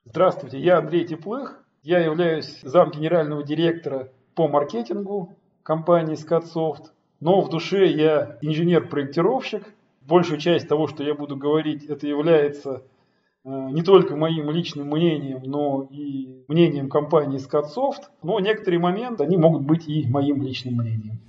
Здравствуйте, я Андрей Теплых. Я являюсь замгенерального директора по маркетингу компании SCADSoft. Но в душе я инженер-проектировщик. Большую часть того, что я буду говорить, это является не только моим личным мнением, но и мнением компании SCADSoft. Но некоторые моменты, они могут быть и моим личным мнением.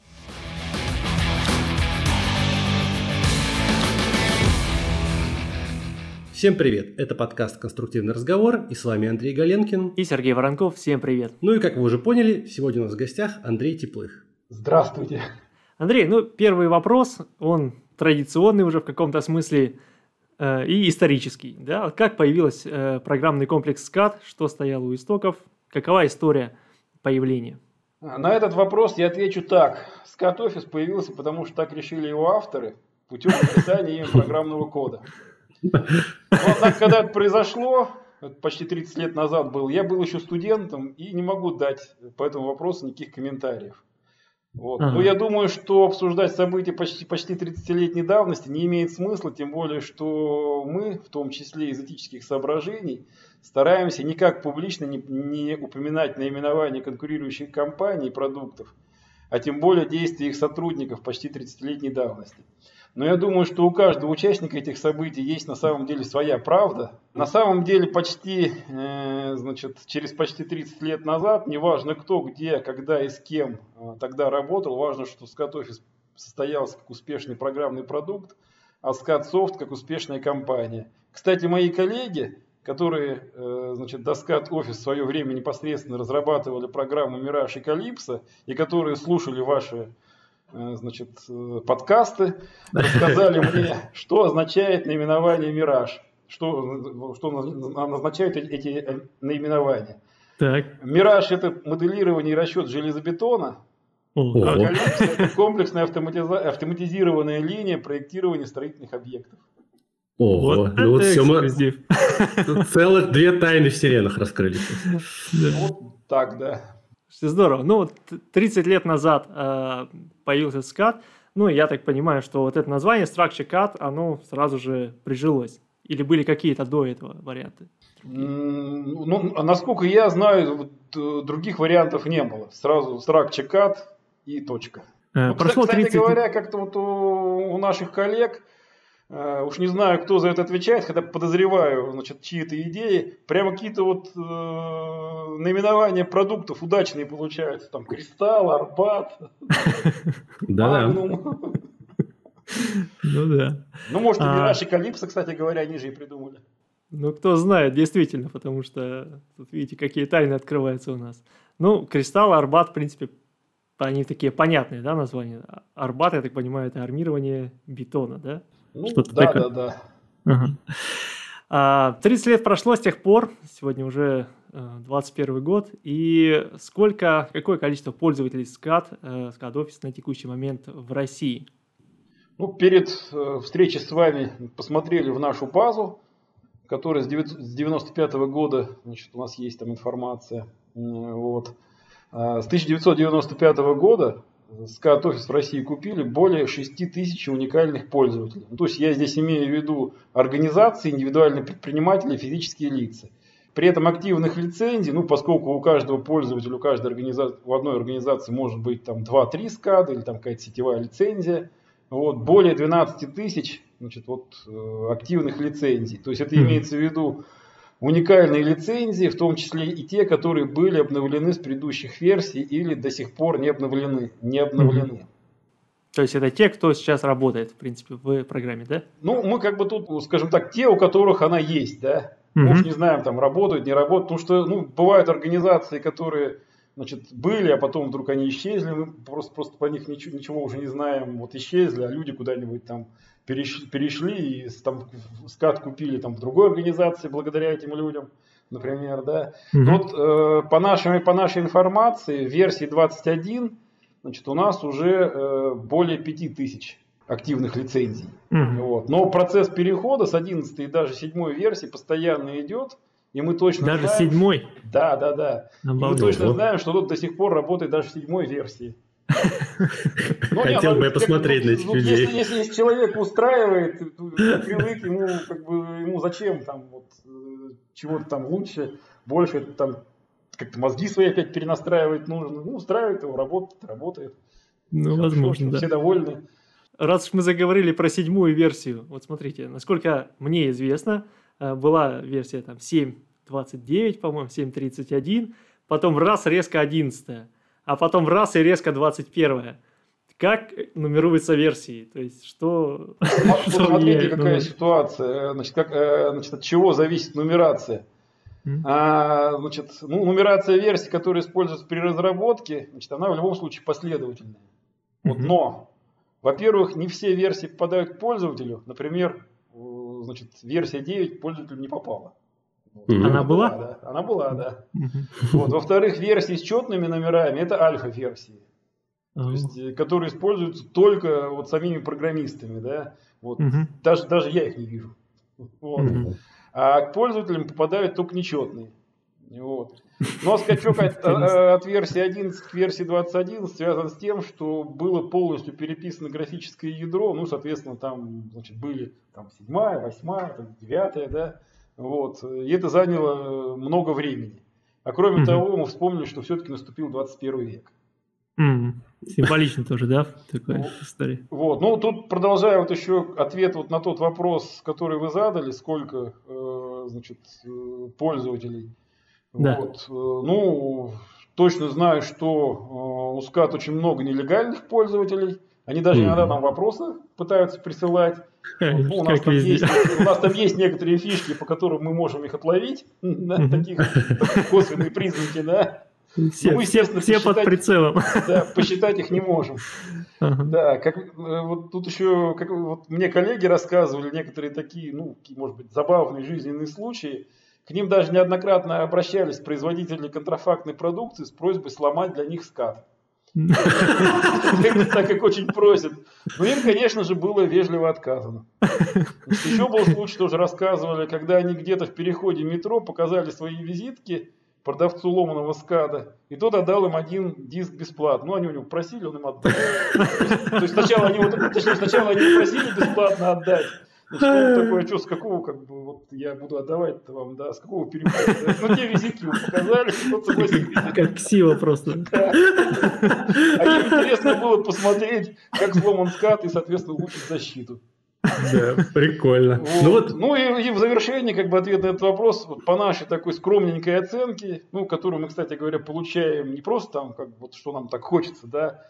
Всем привет! Это подкаст «Конструктивный разговор» и с вами Андрей Галенкин и Сергей Воронков. Всем привет! Ну и как вы уже поняли, сегодня у нас в гостях Андрей Теплых. Здравствуйте! Андрей, первый вопрос, он традиционный уже в каком-то смысле и исторический. Да? Как появился программный комплекс SCAD, что стояло у истоков, какова история появления? На этот вопрос я отвечу так. SCAD Office появился, потому что так решили его авторы путем написания им программного кода. Однако, когда это произошло, почти 30 лет назад был, я был еще студентом и не могу дать по этому вопросу никаких комментариев. Но я думаю, что обсуждать события почти 30-летней давности не имеет смысла, тем более, что мы, в том числе из этических соображений, стараемся никак публично не упоминать наименование конкурирующих компаний и продуктов, а тем более действия их сотрудников почти 30-летней давности. Но я думаю, что у каждого участника этих событий есть на самом деле своя правда. На самом деле через почти 30 лет назад, неважно кто, где, когда и с кем тогда работал, важно, что SCAD Office состоялся как успешный программный продукт, а SCADSoft как успешная компания. Кстати, мои коллеги, которые до SCAD Office в свое время непосредственно разрабатывали программы Mirage и Calypso, и которые слушали ваши подкасты, рассказали мне, что означает наименование Mirage, что означают эти наименования. Так. Mirage – это моделирование и расчет железобетона, а Calypso – это комплексная автоматизированная линия проектирования строительных объектов. Ого, все мы целых 2 тайны в сиренах раскрыли. Вот так, да. Здорово. 30 лет назад появился SCAD. Я так понимаю, что вот это название Structure CAD, оно сразу же прижилось. Или были какие-то до этого варианты? Насколько я знаю, других вариантов не было. Сразу Structure CAD и точка. Прошло кстати 30... говоря, как-то у наших коллег, уж не знаю, кто за это отвечает, хотя подозреваю, чьи-то идеи, прямо какие-то наименования продуктов удачные получаются. Там Кристалл, Арбат, Магнум. Может, и Mirage и Calypso, кстати говоря, они же и придумали. Кто знает, действительно, потому что тут видите, какие тайны открываются у нас. Кристалл, Арбат, в принципе, они такие понятные, да, названия. Арбат, я так понимаю, это армирование бетона, да? Что-то такое. Да. 30 лет прошло с тех пор, сегодня уже 21 год, и какое количество пользователей SCAD Office на текущий момент в России? Перед встречей с вами посмотрели в нашу базу, которая с 1995 года, у нас есть там информация. С 1995 года SCAD Office в России купили более 6 тысяч уникальных пользователей. То есть я здесь имею в виду организации, индивидуальные предприниматели, физические лица. При этом активных лицензий, поскольку у каждого пользователя, у одной организации может быть там 2-3 SCAD или там какая-то сетевая лицензия, более 12 тысяч активных лицензий. То есть это имеется в виду уникальные лицензии, в том числе и те, которые были обновлены с предыдущих версий или до сих пор не обновлены. То есть это те, кто сейчас работает, в принципе, в программе, да? Мы тут, скажем так, те, у которых она есть, да. Мы уж не знаем, там работают, не работают, потому что бывают организации, которые были, а потом вдруг они исчезли, мы просто по них ничего уже не знаем, исчезли, а люди куда-нибудь там перешли и там SCAD купили там в другой организации благодаря этим людям, например, да. По нашей информации, в версии 21, у нас уже более 5000 активных лицензий. Но процесс перехода с 11 и даже 7 версии постоянно идет, и мы точно даже знаем... Даже 7-й? Да. И мы точно знаем, что тут до сих пор работает даже в 7 версии. Хотел бы я посмотреть на этих людей. Если человек устраивает, привык, ему зачем там чего-то там лучше, больше, там как-то мозги свои опять перенастраивать нужно. Устраивает его, работает. Возможно, да. Все довольны. Раз уж мы заговорили про 7-ю версию, вот смотрите, насколько мне известно, была версия там 7.29, по-моему, 7.31, потом раз резко 11, а потом раз и резко 21. Как нумеруются версии? То есть, что... Смотрите, какая ситуация. Значит, от чего зависит нумерация? Нумерация версий, которые используются при разработке, она в любом случае последовательная. Но, во-первых, не все версии попадают к пользователю. Например, версия 9 пользователю не попала. Она была? Да. Она была, да. Во-вторых, версии с четными номерами – это альфа-версии. То есть, которые используются только самими программистами, да, даже я их не вижу. А к пользователям попадают только нечетные. Но скачок от версии 11 к версии 21 связан с тем, что было полностью переписано графическое ядро, соответственно, там, были 7-я, 8-я, 9-я, да, и это заняло много времени. А кроме того, мы вспомнили, что все-таки наступил 21 век. Символично тоже, да, в такой истории. Тут продолжаю еще ответ на тот вопрос, который вы задали, сколько, пользователей. Да. Точно знаю, что у СКАД очень много нелегальных пользователей. Они даже иногда нам вопросы пытаются присылать. У нас там есть некоторые фишки, по которым мы можем их отловить. Такие косвенные признаки, да. Все под прицелом. Да, посчитать их не можем. Да, тут еще, мне коллеги рассказывали некоторые такие, может быть, забавные жизненные случаи. К ним даже неоднократно обращались производители контрафактной продукции с просьбой сломать для них СКАД. Так как очень просят. Но им, конечно же, было вежливо отказано. Еще был случай, тоже рассказывали, когда они где-то в переходе метро показали свои визитки продавцу ломаного СКАДа, и тот отдал им один диск бесплатно. Они у него просили, он им отдал. То есть сначала они просили бесплатно отдать. Что такое, с какого, я буду отдавать-то вам, да, с какого перехода? Те визитки ему показали, тот согласился. Как ксива просто. Да. А им интересно было посмотреть, как сломан СКАД и, соответственно, улучшить защиту. Да, прикольно. И в завершении, ответ на этот вопрос, по нашей такой скромненькой оценке, которую мы, кстати говоря, получаем не просто там, что нам так хочется, да,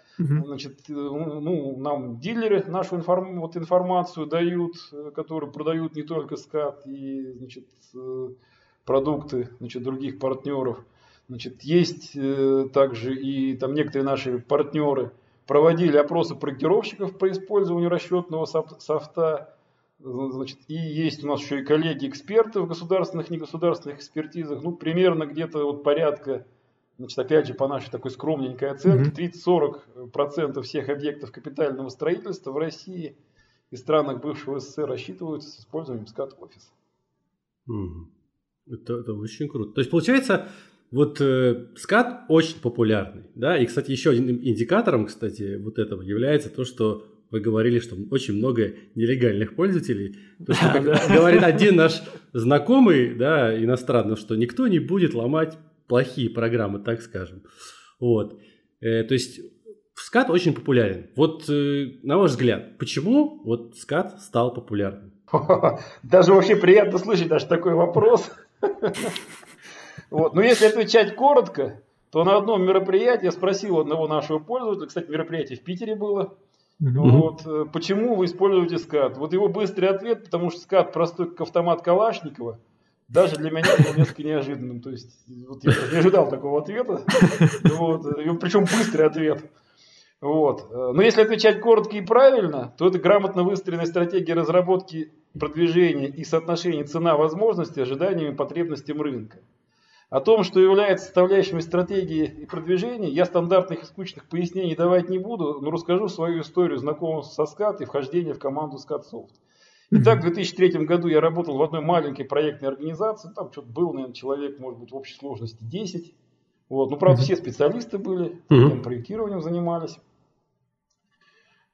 нам дилеры нашу информацию дают, которые продают не только СКАД и, продукты, других партнеров. Есть также и там некоторые наши партнеры проводили опросы проектировщиков по использованию расчетного софта. И есть у нас еще и коллеги-эксперты в государственных и негосударственных экспертизах. Примерно где-то порядка, опять же, по нашей такой скромненькой оценке, 30-40% всех объектов капитального строительства в России и странах бывшего СССР рассчитываются с использованием СКАД-офиса. Это очень круто. То есть, получается, СКАД очень популярный, да, и, кстати, еще одним индикатором, этого является то, что вы говорили, что очень много нелегальных пользователей. То, что, как говорит один наш знакомый, да, иностранный, что никто не будет ломать плохие программы, так скажем. То есть, СКАД очень популярен. На ваш взгляд, почему СКАД стал популярным? Даже вообще приятно слышать даже такой вопрос. Но если отвечать коротко, то на одном мероприятии я спросил одного нашего пользователя, кстати, мероприятие в Питере было, почему вы используете СКАД? Его быстрый ответ, потому что СКАД простой, как автомат Калашникова, даже для меня был несколько неожиданным. То есть, я не ожидал такого ответа, причем быстрый ответ. Но если отвечать коротко и правильно, то это грамотно выстроенная стратегия разработки, продвижения и соотношения цена-возможности ожиданиями и потребностям рынка. О том, что является составляющими стратегии и продвижения, я стандартных и скучных пояснений давать не буду, но расскажу свою историю знакомства со СКАД и вхождения в команду СКАД-Софт. Итак, в 2003 году я работал в одной маленькой проектной организации, там что-то было, наверное, человек, может быть, в общей сложности 10. Правда, все специалисты были, проектированием занимались.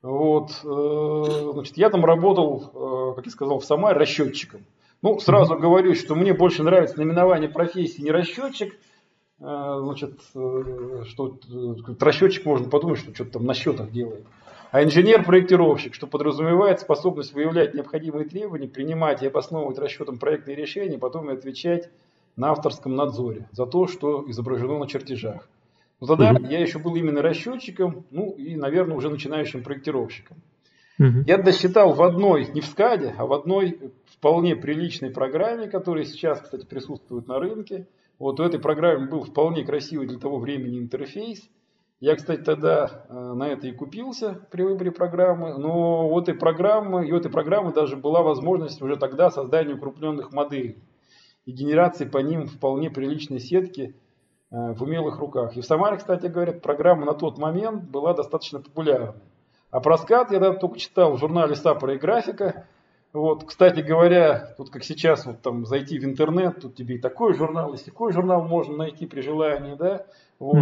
Вот, значит, я там работал, как я сказал, в Самаре расчетчиком. Ну, сразу говорю, что мне больше нравится наименование профессии не расчетчик. Значит, что расчетчик можно подумать, что что-то там на счетах делает. А инженер-проектировщик, что подразумевает способность выявлять необходимые требования, принимать и обосновывать расчетом проектные решения, потом и отвечать на авторском надзоре за то, что изображено на чертежах. Но тогда я еще был именно расчетчиком, ну и, наверное, уже начинающим проектировщиком. Я досчитал в одной, не в СКАДе, а в одной вполне приличной программе, которая сейчас, кстати, присутствует на рынке. Вот у этой программы был вполне красивый для того времени интерфейс. Я, кстати, тогда на это и купился при выборе программы, но у этой программы даже была возможность уже тогда создания укрупненных моделей и генерации по ним вполне приличной сетки в умелых руках. И в Самаре, кстати говоря, программа на тот момент была достаточно популярной. А про скат я тогда только читал в журнале «Саппора и графика». Вот, кстати говоря, тут как сейчас вот там зайти в интернет, тут тебе и такой журнал, и такой журнал можно найти при желании, да. Вот.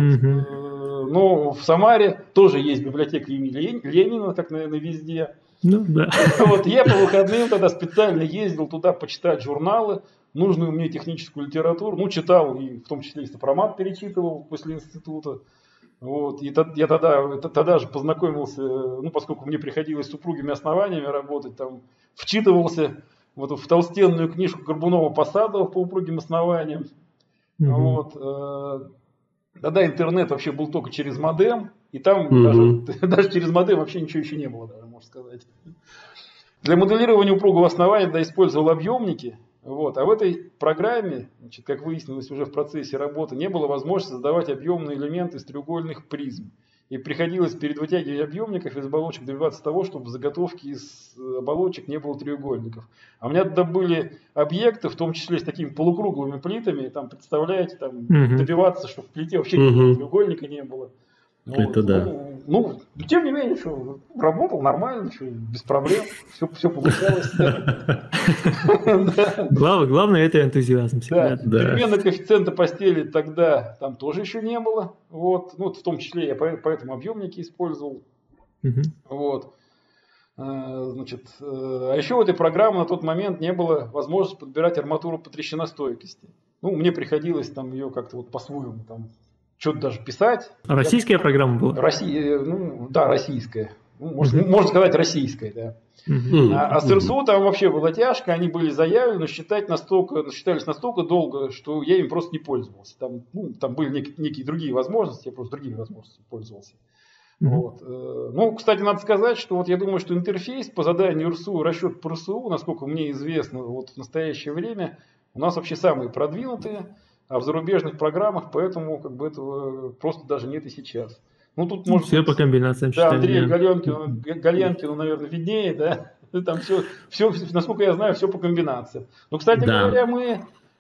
Но в Самаре тоже есть библиотека имени Ленина, как, наверное, везде. Ну, да. Вот, я по выходным тогда специально ездил туда почитать журналы, нужную мне техническую литературу, ну, читал, и в том числе и сопромат перечитывал после института. Вот, и я тогда же познакомился, ну, поскольку мне приходилось с супругими основаниями работать, там, вчитывался вот в толстенную книжку Горбунова-Посадова по упругим основаниям. Вот, тогда интернет вообще был только через модем, и там даже через модем вообще ничего еще не было, даже, можно сказать. Для моделирования упругого основания я использовал объемники. Вот. А в этой программе, значит, как выяснилось уже в процессе работы, не было возможности создавать объемные элементы из треугольных призм. И приходилось перед вытягиванием объемников из оболочек добиваться того, чтобы в заготовке из оболочек не было треугольников. А у меня тогда были объекты, в том числе с такими полукруглыми плитами, там, представляете, там, добиваться, чтобы в плите вообще треугольника не было. Это вот. да. Ну, тем не менее, что работал нормально, что, без проблем, все получалось. Главное это энтузиазм всегда. Перемены коэффициента постели тогда там тоже еще не было. Вот. Ну, в том числе я поэтому объемники использовал. Вот. Значит, а еще у этой программы на тот момент не было возможности подбирать арматуру по трещиностойкости. Ну, мне приходилось там ее как-то вот по-своему там что-то даже писать. А российская программа была? Ну, да, российская. Ну, можно сказать, российская, да. А с РСУ там вообще было тяжко, они были заявлены, но считались настолько долго, что я им просто не пользовался. Там были некие другие возможности, я просто другими возможностями пользовался. Вот. Ну, кстати, надо сказать, что вот я думаю, что интерфейс по заданию РСУ, расчет по РСУ, насколько мне известно, вот в настоящее время у нас вообще самые продвинутые. А в зарубежных программах, поэтому как бы этого просто даже нет и сейчас. Ну, тут может все быть, по комбинациям да, Андрею Галенкину, наверное, виднее, да? Там все, насколько я знаю, все по комбинациям. Но, кстати говоря, мы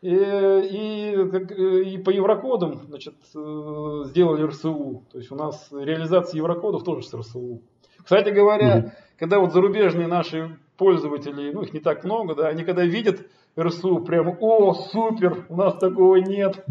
и по еврокодам, значит, сделали РСУ. То есть у нас реализация еврокодов тоже с РСУ. Кстати говоря, когда вот зарубежные наши пользователи, ну их не так много, да, они когда видят РСУ, прямо, о, супер, у нас такого нет.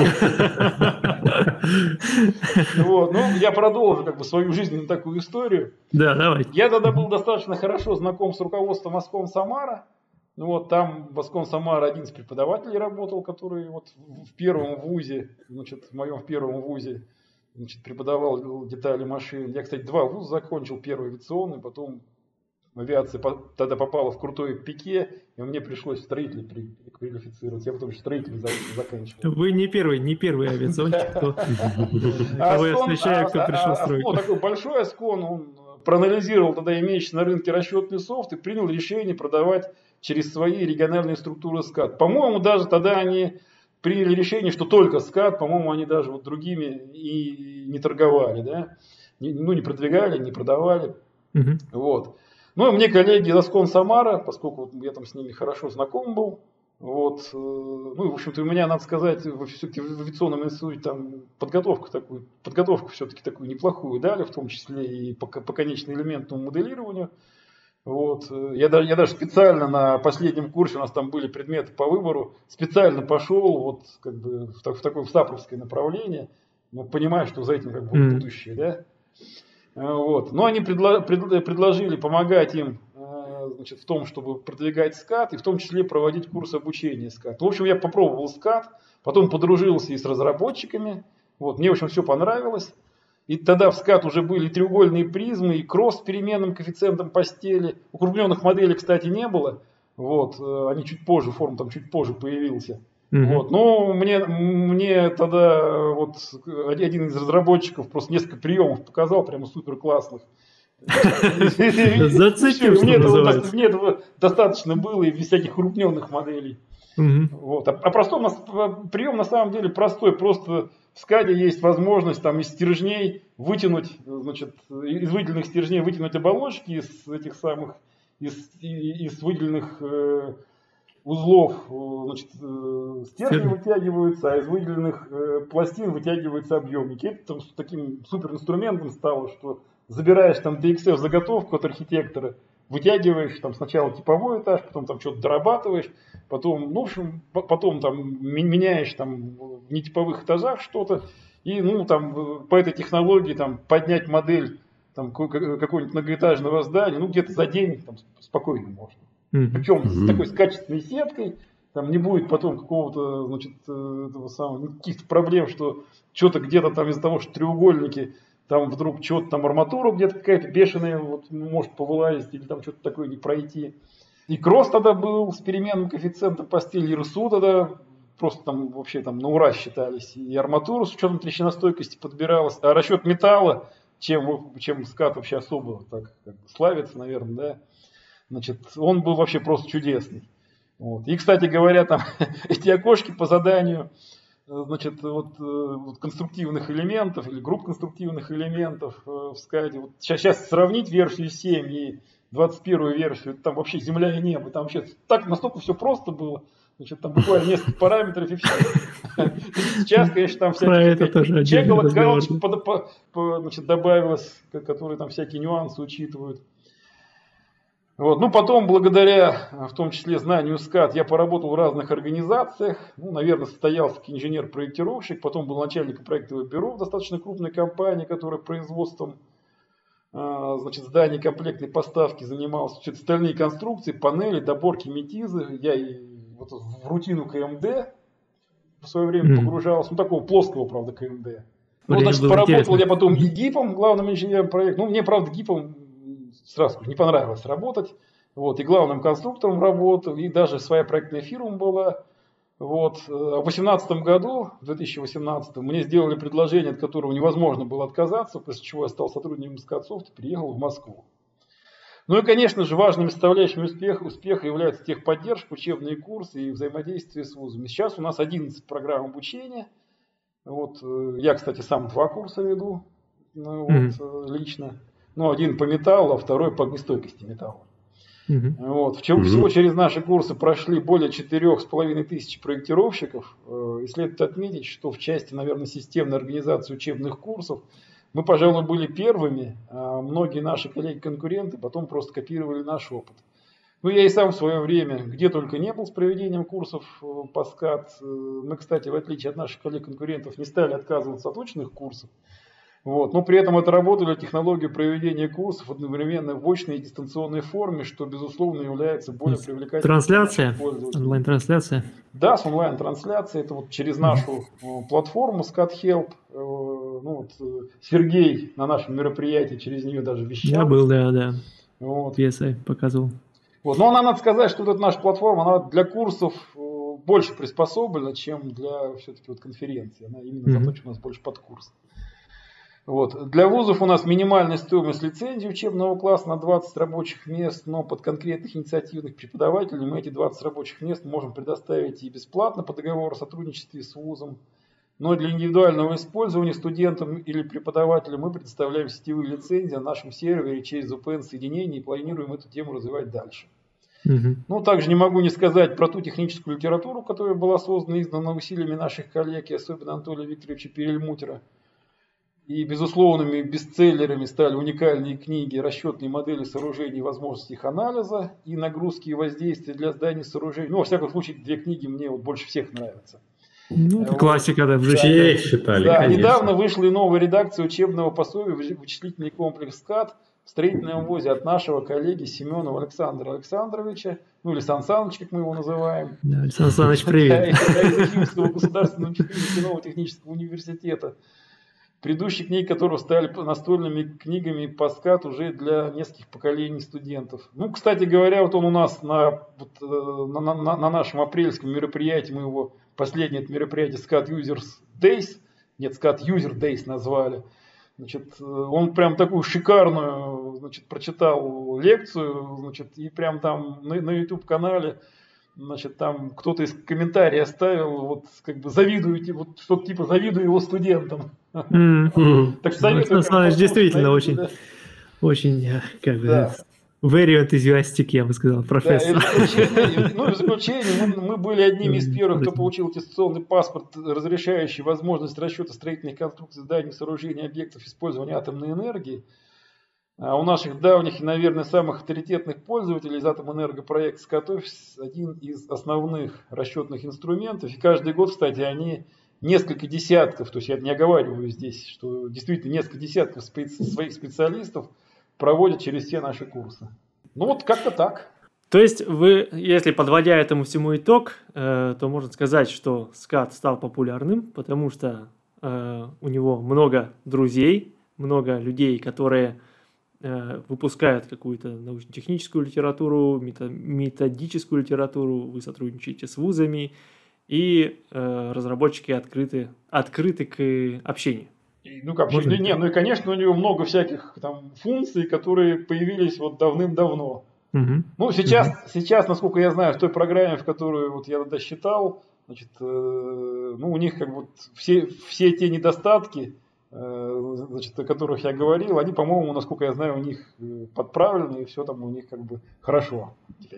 Вот, ну, я продолжу как бы свою жизненную такую историю. Да, давай. Я тогда был достаточно хорошо знаком с руководством Аскон Самара. Ну вот там в Аскон Самара один из преподавателей работал, который вот в первом вузе, значит, в моем первом вузе, значит, преподавал детали машин. Я, кстати, 2 вуза закончил, первый авиационный, потом авиация тогда попала в крутой пике, и мне пришлось в строителе квалифицировать. Я потом строитель заканчивал. Вы не первый авиационщик, кого я встречаю, кто пришел в стройку. Такой большой Аскон, он проанализировал тогда имеющийся на рынке расчетный софт и принял решение продавать через свои региональные структуры СКАД. По-моему, даже тогда они приняли решение, что только СКАД, по-моему, они даже вот другими и не торговали, да? Не продвигали, не продавали. Вот. Ну, и мне коллеги из Аскон Самара, поскольку я там с ними хорошо знаком был, вот, ну, и, в общем-то, у меня, надо сказать, все-таки в авиационном институте там подготовку все-таки такую неплохую дали, в том числе и по конечно-элементному моделированию. Вот. Я даже специально на последнем курсе, у нас там были предметы по выбору, специально пошел вот, как бы, в такое сапровское направление, но понимая, что за этим как бы будущее, да. Вот. Но они предложили помогать им значит, в том, чтобы продвигать скат, и в том числе проводить курс обучения скат. В общем, я попробовал скат, потом подружился и с разработчиками. Вот. Мне, в общем, все понравилось. И тогда в скат уже были треугольные призмы, и кросс с переменным коэффициентом постели. Укрупненных моделей, кстати, не было. Вот. Они чуть позже, форм там чуть позже появился. Вот. Но мне тогда вот один из разработчиков просто несколько приемов показал, прямо супер классных. Зацепил, что называется. Мне этого достаточно было и без всяких крупненных моделей. Вот. А прием на самом деле простой. Просто в скаде есть возможность там из стержней вытянуть, значит, из выделенных стержней вытянуть оболочки из этих самых, из выделенных узлов, значит, стержни вытягиваются, а из выделенных пластин вытягиваются объемники. Это там, таким суперинструментом стало, что забираешь там DXF заготовку от архитектора, вытягиваешь там сначала типовой этаж, потом там что-то дорабатываешь, потом, ну, в общем, потом там меняешь там в нетиповых этажах что-то, и ну там по этой технологии там поднять модель там какого-нибудь многоэтажного здания, ну где-то за день там спокойно можно. Причем с такой качественной сеткой, там не будет потом какого-то, значит, этого самого, каких-то проблем, что что-то где-то там из-за того, что треугольники, там вдруг что-то там арматура где-то какая-то бешеная вот, может повылазить или там что-то такое не пройти. И кросс тогда был с переменным коэффициентом постели, и РСУ тогда просто там вообще там на ура считались. И арматура с учетом трещиностойкости подбиралась. А расчет металла, чем скат вообще особо так как бы славится, наверное, да. Значит, он был вообще просто чудесный. Вот. И, кстати говоря, там эти окошки по заданию, значит, вот конструктивных элементов или групп конструктивных элементов в скаде. Вот сейчас сравнить версию 7 и 21 версию, там вообще земля и небо. Там вообще так настолько все просто было. Значит, там буквально несколько параметров и все. Сейчас, конечно, там всякие чекалок, галочек добавилось, которые там всякие нюансы учитывают. Вот. Ну, потом, благодаря, в том числе, знанию скат, я поработал в разных организациях. Ну, наверное, состоялся как инженер-проектировщик. Потом был начальником проектового бюро в достаточно крупной компании, которая производством, значит, зданий комплектной поставки занималась. Значит, стальные конструкции, панели, доборки метизы. Я и вот в рутину КМД в свое время погружался. Ну, такого плоского, правда, КМД. Ну, значит, поработал я потом и ГИПом, главным инженером проекта. Ну, мне, правда, ГИПом сразу не понравилось работать. Вот, и главным конструктором работал, и даже своя проектная фирма была. Вот. В 2018 году, в 2018, мне сделали предложение, от которого невозможно было отказаться, после чего я стал сотрудником Скатсофт и приехал в Москву. Ну и, конечно же, важными составляющими успеха являются техподдержка, учебные курсы и взаимодействие с вузами. Сейчас у нас 11 программ обучения. Вот. Я, кстати, сам 2 курса веду лично. Ну, один по металлу, а второй по огнестойкости металла. Вот. Всего через наши курсы прошли более 4500 проектировщиков. И следует отметить, что в части, наверное, системной организации учебных курсов мы, пожалуй, были первыми, а многие наши коллеги-конкуренты потом просто копировали наш опыт. Ну, я и сам в свое время где только не был с проведением курсов по скат. Мы, кстати, в отличие от наших коллег-конкурентов, не стали отказываться от очных курсов. Вот. Но при этом отработали технологию проведения курсов одновременно в очной и дистанционной форме, что, безусловно, является более привлекательным. Трансляция? Онлайн-трансляция? Да, с онлайн-трансляцией. Это вот через нашу платформу ScatHelp. Ну, вот, Сергей на нашем мероприятии через нее даже вещал. Я был, да. Вот. PSI показывал. Вот. Но надо сказать, что эта наша платформа, она для курсов больше приспособлена, чем для все-таки вот конференции. Она именно заточена у нас больше под курс. Вот. Для вузов у нас минимальная стоимость лицензии учебного класса на 20 рабочих мест, но под конкретных инициативных преподавателей мы эти 20 рабочих мест можем предоставить и бесплатно по договору о сотрудничестве с вузом. Но для индивидуального использования студентам или преподавателям мы предоставляем сетевые лицензии на нашем сервере через VPN-соединение и планируем эту тему развивать дальше. Ну, также не могу не сказать про ту техническую литературу, которая была создана и издана усилиями наших коллег, и особенно Анатолия Викторовича Перельмутера. И безусловными бестселлерами стали уникальные книги «Расчетные модели сооружений и возможности их анализа» и «Нагрузки и воздействия для зданий и сооружений». Ну, во всяком случае, 2 книги мне вот больше всех нравятся. Ну, это классика, да, в жизни. Все считали, Да, конечно. недавно вышла и новая редакция учебного пособия «Вычислительный комплекс СКАД» в строительном вузе от нашего коллеги Семенова Александра Александровича, ну или Сан Саныч, как мы его называем. Да, Александр Александрович, привет. Из Уфимского государственного технического университета. Предыдущие книги, которые стали настольными книгами по СКАД уже для нескольких поколений студентов. Ну, кстати говоря, вот он у нас на нашем апрельском мероприятии, мы его последнее мероприятие SCAD Users Days, нет, SCAD User Days назвали. Значит, он прям такую шикарную, значит, прочитал лекцию, значит, и прям там на YouTube-канале, значит, там кто-то из комментариев оставил, вот, как бы, завидуете, вот, что-то типа, завидую его студентам. Так советую. Действительно, очень, как бы, very enthusiastic, я бы сказал, профессор. Ну, в заключение, мы были одними из первых, кто получил аттестационный паспорт, разрешающий возможность расчета строительных конструкций зданий, сооружений, объектов использования атомной энергии. А у наших давних и, наверное, самых авторитетных пользователей из Атомэнерго проект SCAD Office один из основных расчетных инструментов. И каждый год, кстати, они несколько десятков, то есть я не оговариваю здесь, что действительно несколько десятков своих специалистов проводят через все наши курсы. Ну вот как-то так. То есть вы, если подводя этому всему итог, то можно сказать, что SCAD стал популярным, потому что у него много друзей, много людей, которые выпускают какую-то научно-техническую литературу, методическую литературу, вы сотрудничаете с вузами, и разработчики открыты к общению. Ну, к общению, ну и, конечно, у него много всяких там функций, которые появились вот давным-давно. Ну, сейчас, насколько я знаю, в той программе, в которую вот я тогда считал, значит, ну, у них как бы вот все те недостатки, значит, о которых я говорил, они, по-моему, насколько я знаю, у них подправлены, и все там у них как бы хорошо.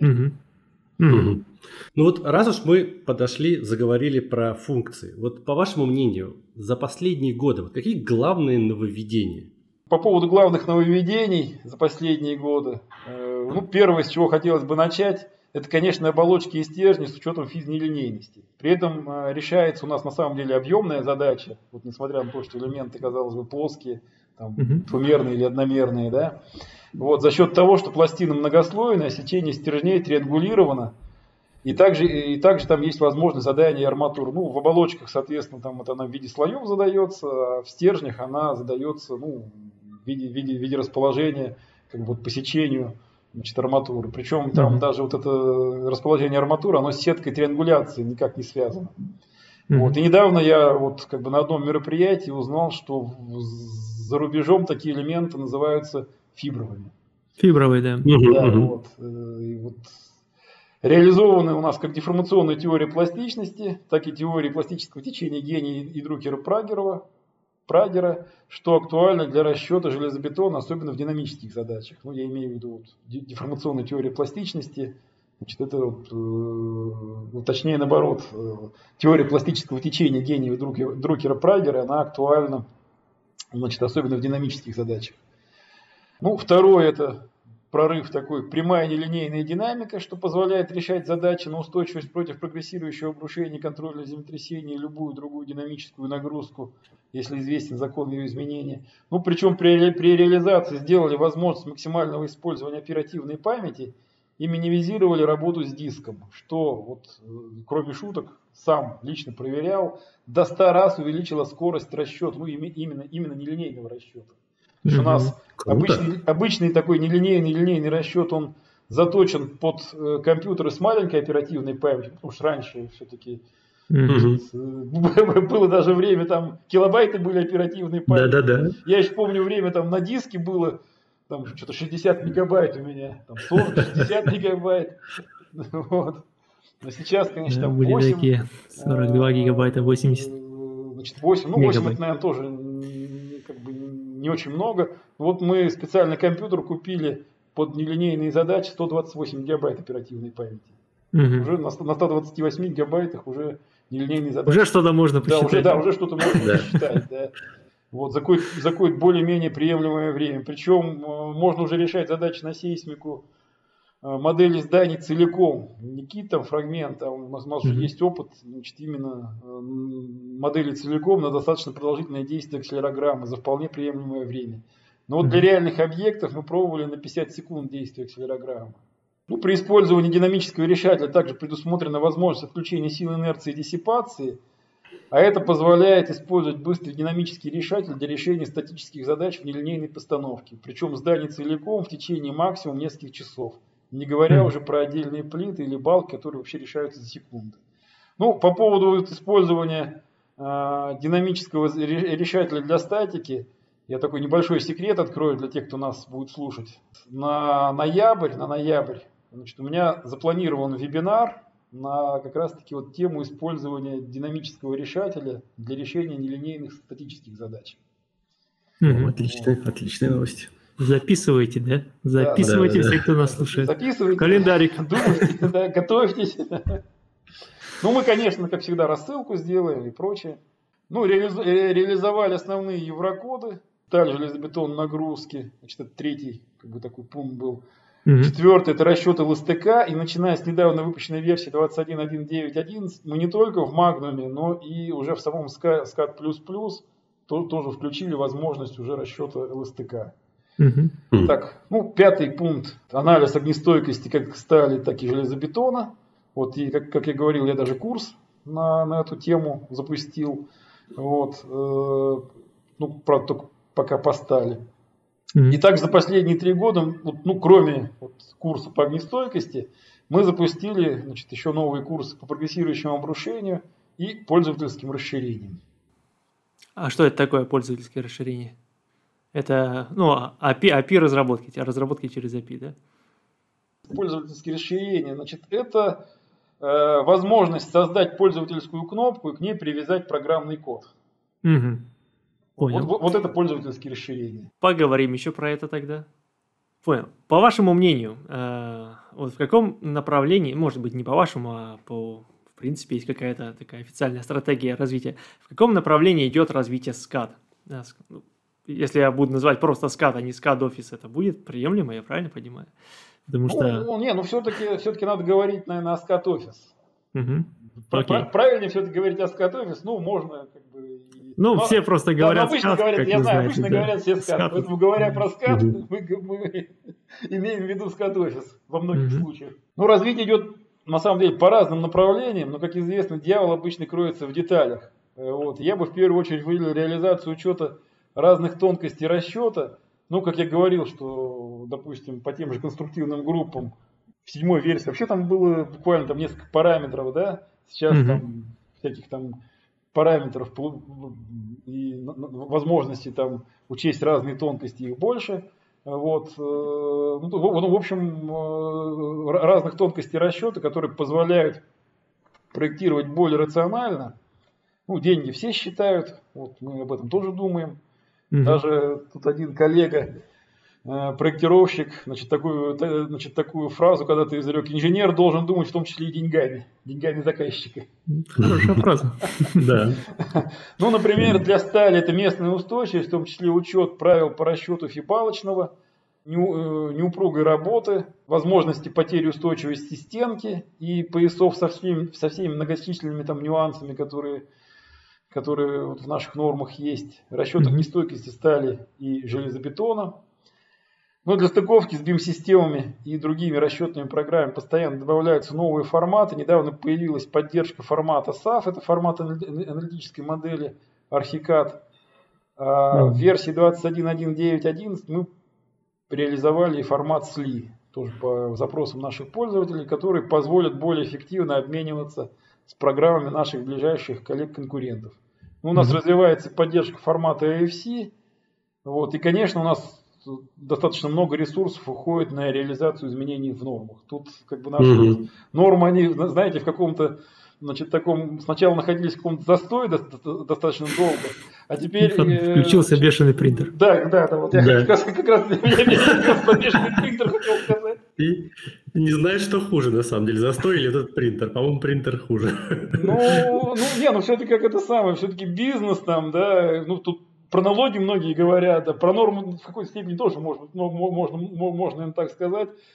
Ну вот раз уж мы заговорили про функции, вот по вашему мнению, за последние годы, вот какие главные нововведения? По поводу главных нововведений за последние годы, ну, первое, с чего хотелось бы начать, это, конечно, оболочки и стержни с учетом физнелинейности. При этом решается у нас на самом деле объемная задача, вот несмотря на то, что элементы, казалось бы, плоские, там, двумерные или одномерные, да, вот, за счет того, что пластина многослойная, сечение стержней триангулировано, и также там есть возможность задания арматур. Ну, в оболочках, соответственно, там вот она в виде слоев задается, а в стержнях она задается, ну, в виде расположения, как бы вот по сечению, значит, арматуры. Причем там даже вот это расположение арматуры, оно с сеткой триангуляции никак не связано. Вот. И недавно я вот как бы на одном мероприятии узнал, что за рубежом такие элементы называются фибровыми. Фибровые, да. Да, вот. И вот реализованы у нас как деформационная теория пластичности, так и теория пластического течения гения и Прагера, что актуально для расчета железобетона, особенно в динамических задачах. Ну, я имею в виду вот, деформационную теорию пластичности. Значит, это вот, точнее наоборот, теория пластического течения гения Друкера-Прагера, она актуальна, значит, особенно в динамических задачах. Ну, второе, это прорыв такой, прямая нелинейная динамика, что позволяет решать задачи на устойчивость против прогрессирующего обрушения, контроля землетрясения и любую другую динамическую нагрузку, если известен закон ее изменения. Ну, причем при реализации сделали возможность максимального использования оперативной памяти и минимизировали работу с диском, что, вот, кроме шуток, сам лично проверял, до 100 раз увеличило скорость расчета, ну, именно нелинейного расчета. То есть у нас обычный такой нелинейный расчет, он заточен под компьютеры с маленькой оперативной памятью, потому что раньше все-таки было даже время, там килобайты были оперативной памяти. Да. Я еще помню время, там на диске было там что-то 60 мегабайт у меня, там 40-60 мегабайт. Вот. Но сейчас, конечно, там 8. Такие 42 гигабайта, 80. Значит, 8, ну 8 это, наверное, тоже как бы не очень много. Вот мы специальный компьютер купили под нелинейные задачи 128 гигабайт оперативной памяти. Уже на 128 гигабайтах уже нелинейные задачи. Уже что-то можно посчитать. Да, уже что-то можно посчитать. Да. Вот, за какое-то более-менее приемлемое время. Причем можно уже решать задачи на сейсмику модели зданий целиком, не какие-то там фрагменты, а у нас уже есть опыт, значит, именно модели целиком на достаточно продолжительное действие акселерограммы за вполне приемлемое время. Но вот для реальных объектов мы пробовали на 50 секунд действия акселерограммы. Ну, при использовании динамического решателя также предусмотрена возможность отключения сил инерции и диссипации, а это позволяет использовать быстрый динамический решатель для решения статических задач в нелинейной постановке, причем здание целиком в течение максимум нескольких часов. Не говоря уже про отдельные плиты или балки, которые вообще решаются за секунды. Ну, по поводу использования динамического решателя для статики, я такой небольшой секрет открою для тех, кто нас будет слушать. На ноябрь, значит, у меня запланирован вебинар на как раз-таки вот тему использования динамического решателя для решения нелинейных статических задач. Отличная новость. Записывайте, да? Записывайте все, кто нас слушает. Записывайте. Календарик. Думайте, да, готовьтесь. Ну, мы, конечно, как всегда, рассылку сделаем и прочее. Ну, реализовали основные еврокоды. Сталь, железобетон, нагрузки. Значит, это третий, как бы такой пункт был. Четвертый – это расчеты ЛСТК. И начиная с недавно выпущенной версии 21.1.9.11, мы не только в Магнуме, но и уже в самом SCAD++ тоже включили возможность уже расчета ЛСТК. Так, ну, пятый пункт – анализ огнестойкости как стали, так и железобетона. Вот, и, как я говорил, я даже курс на эту тему запустил. Вот, ну, правда, только пока по стали. И так за последние 3 года, ну, кроме курса по огнестойкости, мы запустили, значит, еще новые курсы по прогрессирующему обрушению и пользовательским расширениям. А что это такое пользовательское расширение? Это, ну, API разработки, разработки через API, да? Пользовательские расширения, значит, это возможность создать пользовательскую кнопку и к ней привязать программный код. Понял. Вот это пользовательские расширения. Поговорим еще про это тогда. Понял. По вашему мнению, вот в каком направлении, может быть, не по вашему, а в принципе, есть какая-то такая официальная стратегия развития, в каком направлении идет развитие SCAD? Если я буду называть просто SCAD, а не SCAD Office, это будет приемлемо, я правильно понимаю? Потому что... все-таки надо говорить, наверное, о SCAD Office. Правильнее все-таки говорить о SCAD Office, ну, можно как бы... Ну, но, все просто говорят SCAD, говорят, я знаю, обычно говорят все SCAD. Поэтому, говоря про SCAD, мы имеем в виду SCAD Office во многих случаях. Ну, развитие идет, на самом деле, по разным направлениям, но, как известно, дьявол обычно кроется в деталях. Вот. Я бы в первую очередь выделил реализацию учета разных тонкостей расчета. Ну, как я говорил, что, допустим, по тем же конструктивным группам в 7-й версии вообще там было буквально там несколько параметров, да? Сейчас там всяких там параметров и возможностей там учесть разные тонкости, их больше. Вот. Ну, в общем, разных тонкостей расчета, которые позволяют проектировать более рационально. Ну, деньги все считают, вот мы об этом тоже думаем. Даже тут один коллега, проектировщик, значит, такую фразу когда-то изрек: инженер должен думать в том числе и деньгами заказчика. Хорошая фраза. Да. Ну, например, для стали это местная устойчивость, в том числе учет правил по расчету фибалочного, неупругой работы, возможности потери устойчивости стенки и поясов со всеми многочисленными там нюансами, которые вот в наших нормах есть, расчет огнестойкости стали и железобетона. Но для стыковки с BIM-системами и другими расчетными программами постоянно добавляются новые форматы. Недавно появилась поддержка формата SAF, это формат аналитической модели Archicad. В версии 21.1.9.11 мы реализовали формат SLI, тоже по запросам наших пользователей, которые позволят более эффективно обмениваться с программами наших ближайших коллег-конкурентов. У нас развивается поддержка формата AFC. Вот, и, конечно, у нас достаточно много ресурсов уходит на реализацию изменений в нормах. Тут как бы наши нормы, они, знаете, в каком-то, значит, таком, сначала находились в каком-то застое достаточно долго, а теперь... Включился бешеный принтер. Да, вот я как раз бешеный принтер хотел сказать. И не знаешь, что хуже, на самом деле, застой или этот принтер. По-моему, принтер хуже. Ну, все-таки как это самое, все-таки бизнес там, да, ну, тут про налоги многие говорят, а про норму в какой-то степени тоже можно им так сказать.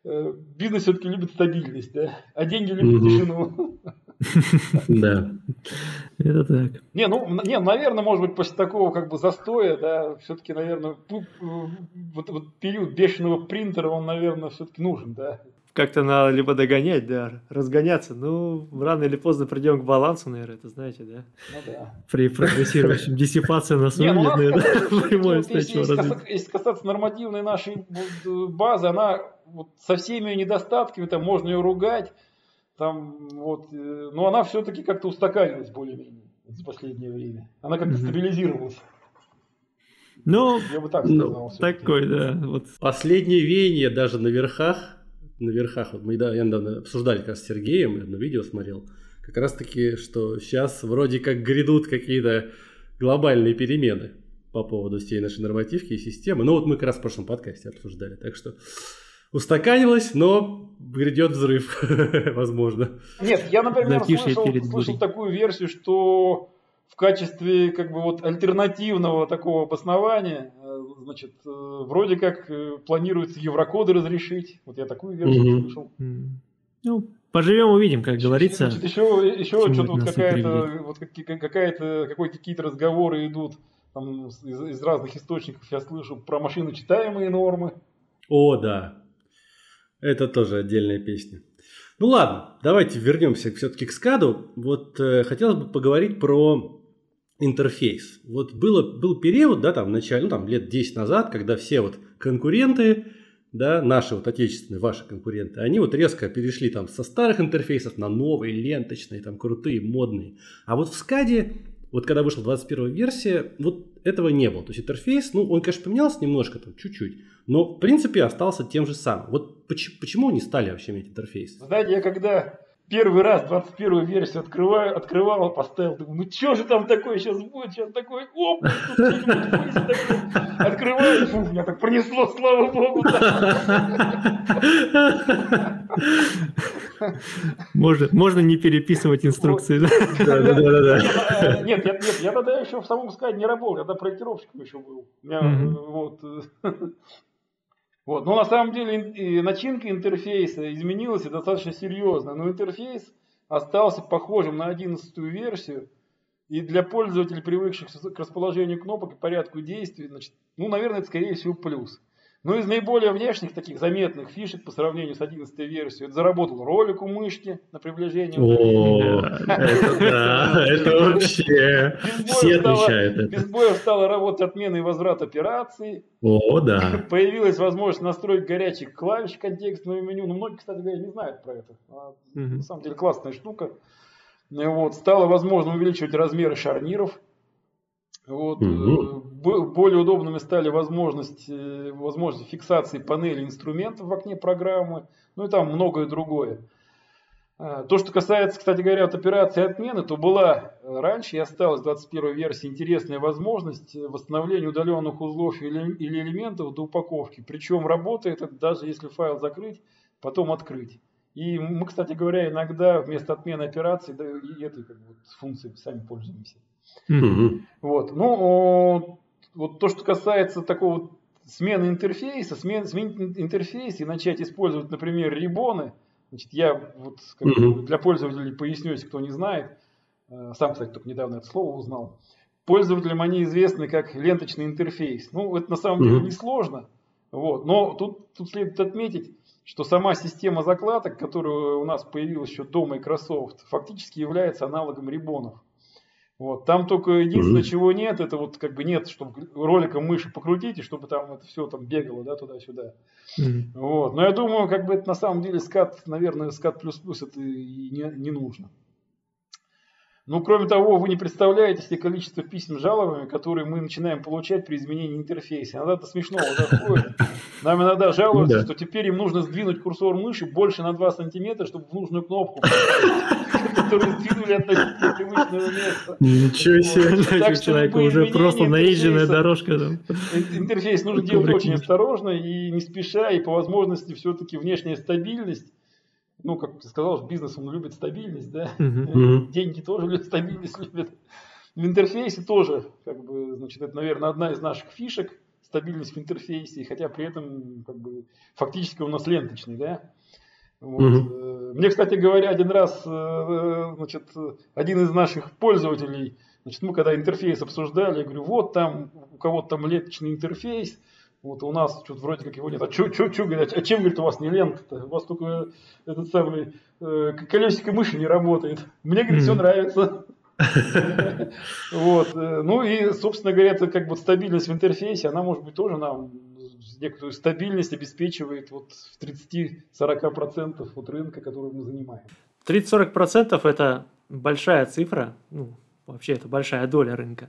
бизнес все-таки любит стабильность, да? А деньги любят тишину. Да, это так. Не, наверное, может быть, после такого как бы застоя, да, все-таки, наверное, вот период бешеного принтера, он, наверное, все-таки нужен, да. Как-то надо либо догонять, да, разгоняться. Ну, рано или поздно придем к балансу, наверное, это знаете, да? Ну да. При прогрессирующем диссипация нас выведет, наверное, прямое устойчивое развитие. Если касаться нормативной нашей базы, она вот со всеми ее недостатками, там можно ее ругать, там вот, но она все-таки как-то устаканилась более-менее в последнее время. Она как-то стабилизировалась. Ну, я бы так сказал. Такой, да. Вот. Последнее веяние даже на верхах, вот мы недавно обсуждали как раз с Сергеем, одно видео смотрел, как раз таки, что сейчас вроде как грядут какие-то глобальные перемены по поводу всей нашей нормативки и системы. Ну вот мы как раз в прошлом подкасте обсуждали, так что устаканилось, но грядет взрыв, возможно. Нет, я, например, слышал такую версию, что в качестве как бы вот альтернативного такого обоснования, значит, вроде как планируется еврокоды разрешить. Вот я такую версию слышал. Ну, поживем, увидим, как говорится. Значит, еще что-то вот какие-то разговоры идут там, из разных источников. Я слышу про машиночитаемые нормы. О, да. Это тоже отдельная песня. Ну ладно, давайте вернемся все-таки к скаду. Вот хотелось бы поговорить про интерфейс. Вот был период, да, там в начале, ну там лет 10 назад, когда все вот конкуренты, да, наши вот отечественные, ваши конкуренты, они вот резко перешли там со старых интерфейсов на новые, ленточные, там крутые, модные. А вот в скаде, вот когда вышла 21 версия, вот этого не было. То есть интерфейс, ну он, конечно, поменялся немножко, там чуть-чуть, но в принципе остался тем же самым. Вот почему не стали вообще иметь интерфейс? Знаете, я когда первый раз 21 версию открывал, поставил, думаю, ну что же там такое сейчас будет, сейчас такой, оп, тут что-нибудь будет, такой, открываю, фу, меня так пронесло, слава богу. Можно не переписывать инструкции. Да. Нет, я тогда еще в самом скаде не работал, я тогда проектировщиком еще был. Вот. Но на самом деле начинка интерфейса изменилась и достаточно серьезно, но интерфейс остался похожим на 11-ю версию, и для пользователей, привыкших к расположению кнопок и порядку действий, значит, ну, наверное, это скорее всего плюс. Но из наиболее внешних таких заметных фишек по сравнению с 11-й версией, это заработал ролик у мышки на приближение. О, это да, это вообще все отмечают это. Без боя стала работать отмена и возврат операций. О, да. Появилась возможность настроить горячих клавиш контекстного меню. Ну, многие, кстати говоря, не знают про это. На самом деле классная штука. Вот. Стало возможно увеличивать размеры шарниров. Вот. Более удобными стали возможности фиксации панели инструментов в окне программы, ну и там многое другое. То, что касается, кстати говоря, от операции отмены, то была раньше и осталась в 21 версии интересная возможность восстановления удаленных узлов или элементов до упаковки. Причем работает это даже если файл закрыть, потом открыть. И мы, кстати говоря, иногда вместо отмены операции и этой функцией сами пользуемся. Вот. Ну, вот то, что касается такого смены интерфейса, сменить интерфейс и начать использовать, например, рибоны. Значит, я вот для пользователей поясню, если кто не знает, сам, кстати, только недавно это слово узнал. Пользователям они известны как ленточный интерфейс. Ну, это на самом деле несложно. Вот. Но тут следует отметить, что сама система закладок, которая у нас появилась еще до Microsoft, фактически является аналогом рибонов. Вот. Там только единственное, чего нет, это вот как бы нет, чтобы роликом мыши покрутить, и чтобы там это все там бегало, да, туда-сюда. Вот. Но я думаю, как бы это на самом деле наверное, скат плюс-плюс это и не нужно. Ну, кроме того, вы не представляете себе количество писем с жалобами, которые мы начинаем получать при изменении интерфейса. Иногда это смешно заходит. Нам иногда жалуются, что теперь им нужно сдвинуть курсор мыши больше на 2 сантиметра, чтобы в нужную кнопку поставить, которую сдвинули относительно привычного места. Ничего себе, так что человека уже просто наезженная дорожка. Интерфейс нужно делать очень осторожно и не спеша, и по возможности все-таки внешняя стабильность. Ну, как ты сказал, бизнес он любит стабильность, да? Деньги тоже стабильность любят. В интерфейсе тоже, как бы, значит, это, наверное, одна из наших фишек. стабильность в интерфейсе, хотя при этом как бы, фактически у нас ленточный, да. Вот. Мне, кстати говоря, один раз, значит, один из наших пользователей, значит, мы когда интерфейс обсуждали, я говорю, вот там у кого-то там ленточный интерфейс, вот у нас что-то вроде как его нет. А говорят, а чем, говорит, у вас не лента-то? У вас только этот самый колесико мыши не работает. Мне, говорит, все нравится. Вот. Ну и, собственно говоря, это как бы стабильность в интерфейсе, она, может быть, тоже нам некоторую стабильность обеспечивает вот в 30-40% от рынка, который мы занимаем. 30-40% это большая цифра, ну, вообще это большая доля рынка.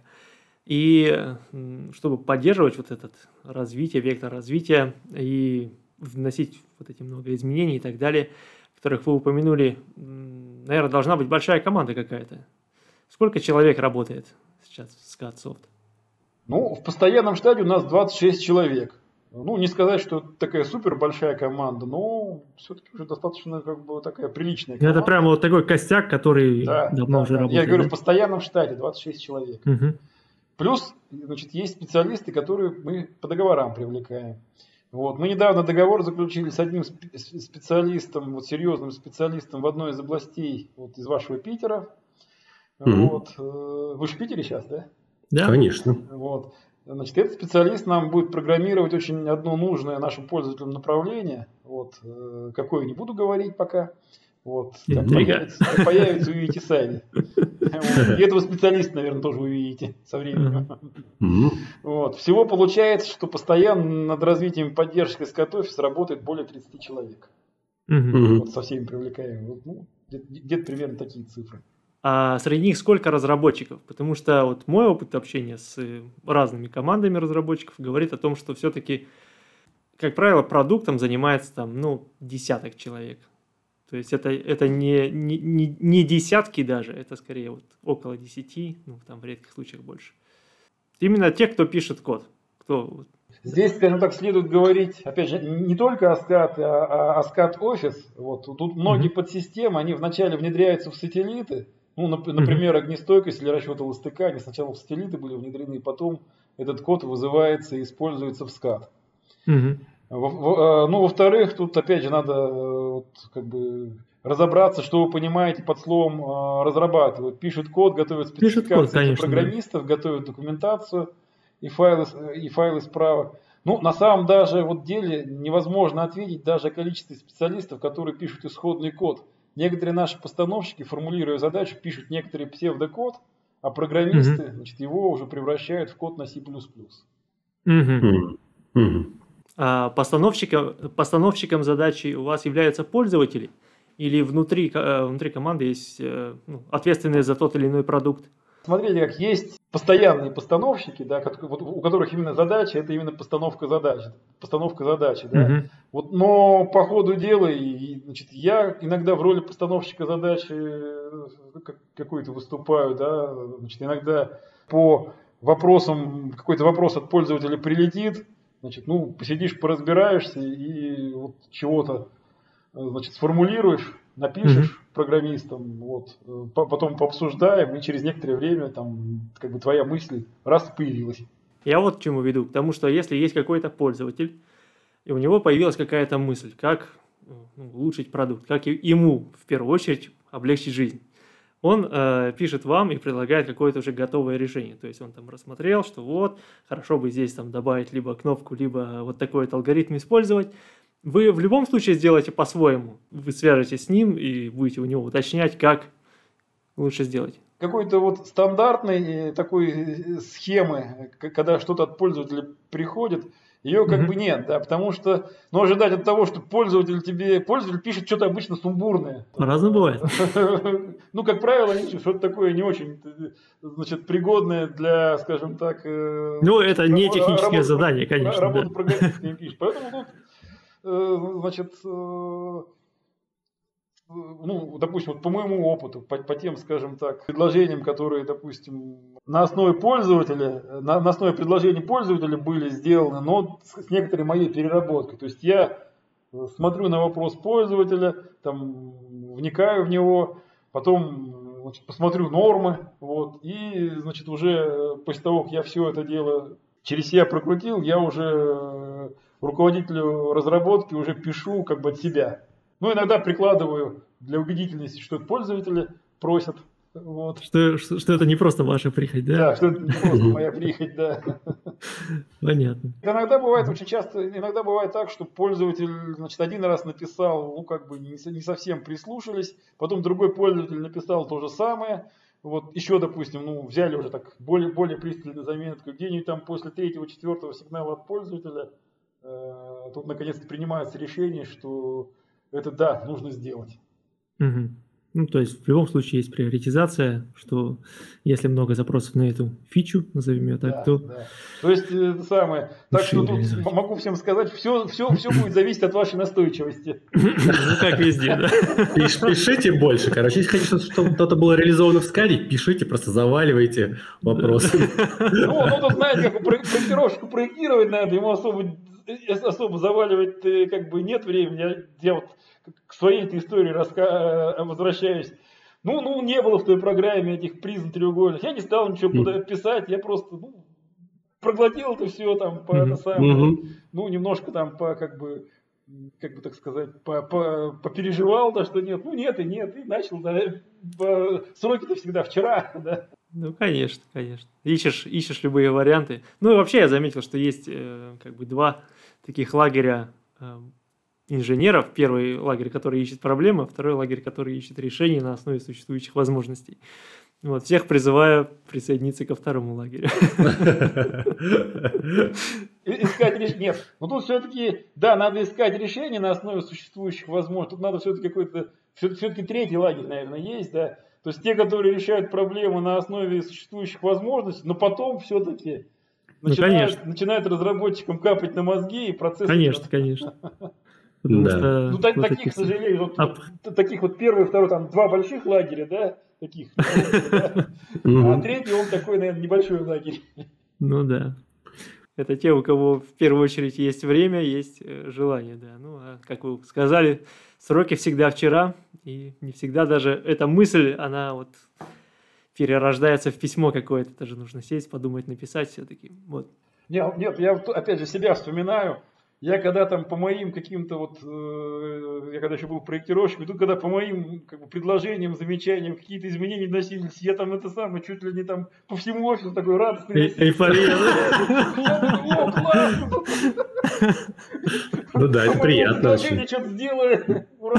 И чтобы поддерживать вот этот развитие, вектор развития и вносить вот эти много изменений и так далее, которых вы упомянули, наверное, должна быть большая команда какая-то. Сколько человек работает сейчас в SCAD-Soft? Ну, в постоянном штате у нас 26 человек. Ну, не сказать, что это такая супер большая команда, но все-таки уже достаточно как бы такая приличная команда. Это прямо вот такой костяк, который давно уже работает. Я говорю, в постоянном штате 26 человек. Плюс, значит, есть специалисты, которые мы по договорам привлекаем. Вот. Мы недавно договор заключили с одним специалистом, вот, серьезным специалистом в одной из областей вот, из вашего Питера. Вот. Вы же в Питере сейчас, да? Да, конечно. Вот. Значит, этот специалист нам будет программировать очень одно нужное нашим пользователям направление. Вот. Какое не буду говорить пока. Вот. Появится, увидите сами. Вот. И этого специалиста, наверное, тоже увидите со временем. Вот. Всего получается, что постоянно над развитием поддержки SCAD-Office работает более 30 человек. Вот, со всеми привлекаем. Ну, где-то примерно такие цифры. А среди них сколько разработчиков? Потому что вот мой опыт общения с разными командами разработчиков говорит о том, что все-таки, как правило, продуктом занимается там, ну, десяток человек. То есть это не десятки даже, это скорее вот около 10, ну там в редких случаях больше. Именно те, кто пишет код. Кто... Здесь, скажем так, следует говорить, опять же, не только о SCAD, а о SCAD-Office. Вот. Тут многие подсистемы, они вначале внедряются в сателлиты. Ну, например, огнестойкость или расчет ЛСТК, они сначала в сателлиты были внедрены, потом этот код вызывается и используется в SCAD. Ну, во-вторых, тут опять же надо вот, как бы разобраться, что вы понимаете под словом разрабатывать. Пишут код, готовят спецификации для программистов, готовят документацию и файлы справок. Ну, на самом даже вот деле невозможно ответить даже о количестве специалистов, которые пишут исходный код. Некоторые наши постановщики, формулируя задачу, пишут некоторый псевдокод, а программисты значит, его уже превращают в код на C++. А постановщиком задачи у вас являются пользователи? Или внутри команды есть ответственные за тот или иной продукт? Смотрите, как есть постоянные постановщики, да, у которых именно задача, это именно постановка задачи. Да. Вот, но по ходу дела, значит, я иногда в роли постановщика задачи какой-то выступаю, да, значит, иногда по вопросам, какой-то вопрос от пользователя прилетит, значит, ну, посидишь, поразбираешься и вот чего-то, значит, сформулируешь, напишешь программистам, вот, потом пообсуждаем, и через некоторое время там, как бы твоя мысль раз появилась. Я вот к чему веду. К тому, что если есть какой-то пользователь, и у него появилась какая-то мысль, как улучшить продукт, как ему в первую очередь облегчить жизнь, он пишет вам и предлагает какое-то уже готовое решение. То есть он там рассмотрел, что вот, хорошо бы здесь там добавить либо кнопку, либо вот такой вот алгоритм использовать. Вы в любом случае сделаете по-своему. Вы свяжетесь с ним и будете у него уточнять, как лучше сделать. Какой-то вот стандартной такой схемы, когда что-то от пользователя приходит, ее как бы нет, да, потому что, ну, ожидать от того, что пользователь пишет что-то обычно сумбурное. По-разному бывает. Ну, как правило, что-то такое не очень, значит, пригодное для, скажем так... Ну, это не техническое задание, конечно. Работу программист не пишет. Поэтому тут, значит, ну, допустим, вот по моему опыту, по тем, скажем так, предложениям, которые, допустим, на основе предложений пользователя были сделаны, но с некоторой моей переработкой. То есть я смотрю на вопрос пользователя, там, вникаю в него, потом, значит, посмотрю нормы, вот, и, значит, уже после того, как я все это дело через себя прокрутил, я уже руководителю разработки уже пишу как бы от себя. Ну, иногда прикладываю для убедительности, что это пользователи просят. Вот. Что это не просто ваша прихоть, да? Да, что это не просто моя прихоть, да. Понятно. Иногда бывает, очень часто, иногда бывает так, что пользователь, значит, один раз написал, ну, как бы не совсем прислушались, потом другой пользователь написал то же самое. Вот еще, допустим, ну, взяли уже так более пристально заметку, где-нибудь там после 3-4 сигнала от пользователя, тут наконец-то принимается решение, что это да, нужно сделать. Угу. Ну, то есть в любом случае есть приоритизация, что если много запросов на эту фичу, назовем ее так, Да, то... да. То есть это самое. Так что тут могу всем сказать, все будет зависеть от вашей настойчивости. Ну, как везде, да. Пишите больше, короче. Если хотите, чтобы что-то было реализовано в скале, пишите, просто заваливайте вопросы. Ну, тут, знаете, как проектировщику проектировать надо, ему особо заваливать как бы нет времени. Я вот к своей истории возвращаюсь. Ну, не было в той программе этих призм треугольных. Я не стал ничего куда писать, я просто проглотил это все там по это самое. Ну, немножко там как бы так сказать, попереживал, да, что нет. Ну, нет, и начал, да. Сроки-то всегда вчера, да. Ну, конечно. Ищешь любые варианты. Ну, и вообще я заметил, что есть как бы два таких лагеря инженеров. Первый лагерь, который ищет проблемы, второй лагерь, который ищет решения на основе существующих возможностей. Вот, всех призываю присоединиться ко второму лагерю. Искать решение. Нет, но тут все-таки, да, надо искать решение на основе существующих возможностей. Тут надо все-таки все-таки третий лагерь, наверное, есть, да. То есть те, которые решают проблемы на основе существующих возможностей, но потом все-таки начинают разработчикам капать на мозги и процесс. Конечно. Потому что ну, таких, к сожалению, таких вот первый, второй, там два больших лагеря, да, таких, да? А третий, он такой, наверное, небольшой лагерь. Ну да. Это те, у кого в первую очередь есть время, есть желание, да. Ну, а как вы сказали, сроки всегда вчера, и не всегда даже эта мысль, она вот перерождается в письмо какое-то, даже нужно сесть, подумать, написать все-таки, вот. Нет, я опять же себя вспоминаю. Я когда там по моим каким-то вот, я когда еще был проектировщиком, и тут когда по моим как бы, предложениям, замечаниям какие-то изменения вносились, я там это самое, чуть ли не там по всему офису такой радостный. Эйфория. О, классно! Ну да, это приятно очень. Что-то сделали, ура!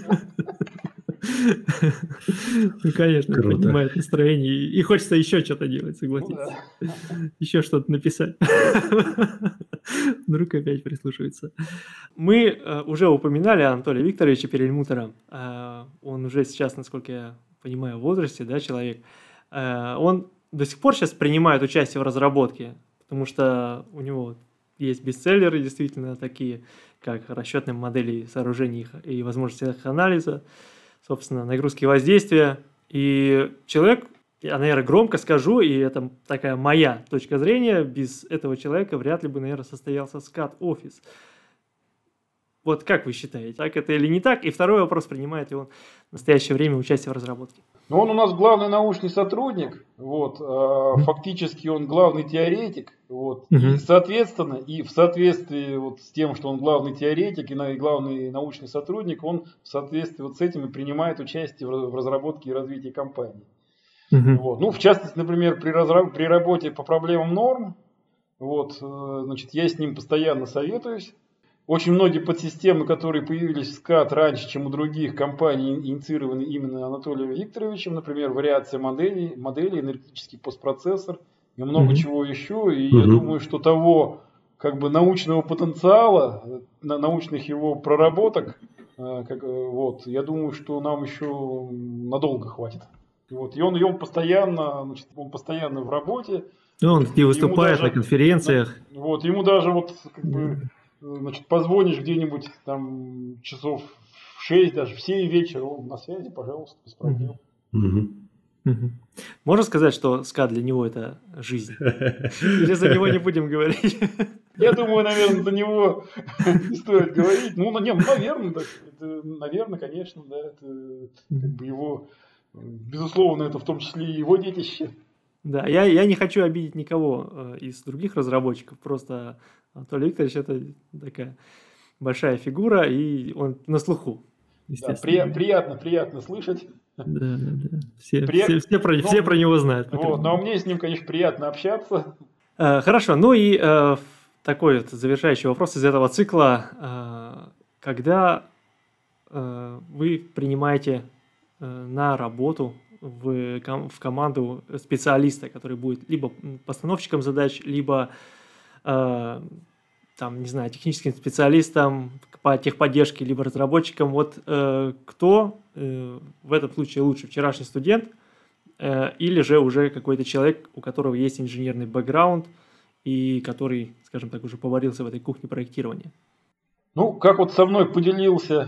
Ну, конечно, поднимает настроение. И хочется еще что-то делать, согласитесь. Еще что-то написать. Вдруг опять прислушивается. Мы уже упоминали Анатолия Викторовича Перельмутера. Он уже сейчас, насколько я понимаю, в возрасте, да, человек. Он до сих пор сейчас принимает участие в разработке, потому что у него есть бестселлеры, действительно, такие, как расчетные модели сооружений и возможности их анализа, собственно, нагрузки и воздействия. И человек, я, наверное, громко скажу, и это такая моя точка зрения, без этого человека вряд ли бы, наверное, состоялся SCAD-офис. Вот как вы считаете, так это или не так? И второй вопрос, принимает ли он в настоящее время участие в разработке? Ну, он у нас главный научный сотрудник, вот, фактически он главный теоретик, вот, и, соответственно, и в соответствии вот с тем, что он главный теоретик и главный научный сотрудник, он в соответствии вот с этим и принимает участие в разработке и развитии компании. Вот. Ну, в частности, например, при работе по проблемам норм, вот, значит, я с ним постоянно советуюсь. Очень многие подсистемы, которые появились в SCAD раньше, чем у других компаний, инициированы именно Анатолием Викторовичем. Например, вариация модели, энергетический постпроцессор и много чего еще. И я думаю, что того как бы научного потенциала, научных его проработок, вот, я думаю, что нам еще надолго хватит. Вот, и он постоянно, значит, он постоянно в работе. Он и выступает даже, на конференциях. Вот, ему даже вот как бы... Значит, позвонишь где-нибудь там часов в 6, даже в 7 вечера, он на связи, пожалуйста, без проблем. Можно сказать, что SCAD для него это жизнь? Или за него не будем говорить? Я думаю, наверное, за него не стоит говорить. Ну, наверное, конечно, да, это как бы его, безусловно, это в том числе и его детище. Да, я не хочу обидеть никого из других разработчиков, просто Анатолий Викторович это такая большая фигура, и он на слуху, Да, естественно. приятно слышать. Да. Все про него знают. Вот, но мне с ним, конечно, приятно общаться. Хорошо, ну и такой вот завершающий вопрос из этого цикла. Когда вы принимаете на работу в команду специалиста, который будет либо постановщиком задач, либо там, не знаю, техническим специалистом по техподдержке, либо разработчиком, вот кто в этом случае лучше, вчерашний студент или же уже какой-то человек, у которого есть инженерный бэкграунд и который, скажем так, уже поварился в этой кухне проектирования? Ну, как вот со мной поделился,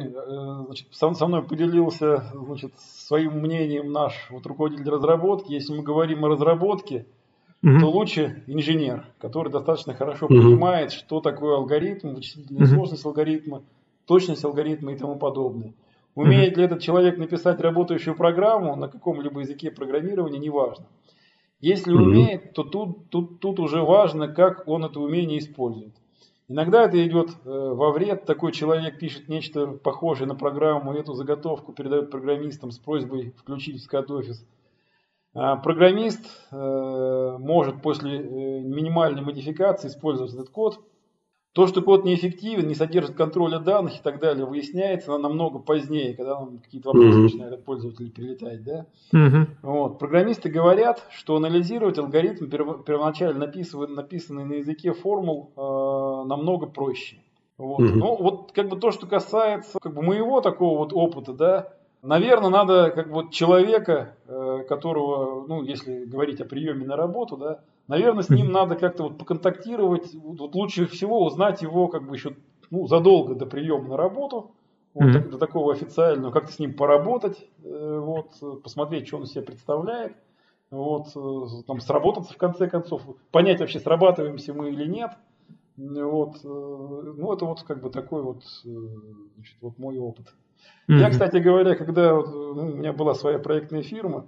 со мной поделился, значит, своим мнением наш вот руководитель разработки. Если мы говорим о разработке, то лучше инженер, который достаточно хорошо понимает, что такое алгоритм, вычислительная сложность алгоритма, точность алгоритма и тому подобное. Умеет ли этот человек написать работающую программу на каком-либо языке программирования, неважно. Если умеет, то тут уже важно, как он это умение использует. Иногда это идет во вред. Такой человек пишет нечто похожее на программу, эту заготовку передает программистам с просьбой включить в SCAD-офис. Программист может после минимальной модификации использовать этот код. То, что код неэффективен, не содержит контроля данных и так далее, выясняется намного позднее, когда какие-то вопросы начинают от пользователей прилетать. Да? Вот. Программисты говорят, что анализировать алгоритм, первоначально написанный на языке формул, намного проще. Вот. Ну, вот как бы то, что касается моего такого вот опыта, да, наверное, надо человека, которого, ну, если говорить о приеме на работу, да, наверное, с ним надо как-то вот поконтактировать. Вот лучше всего узнать его еще задолго до приема на работу, до такого официального, как-то с ним поработать, посмотреть, что он из себя представляет, там, сработаться в конце концов, понять вообще, срабатываемся мы или нет. Ну, это вот такой вот мой опыт. Я, кстати говоря, когда у меня была своя проектная фирма,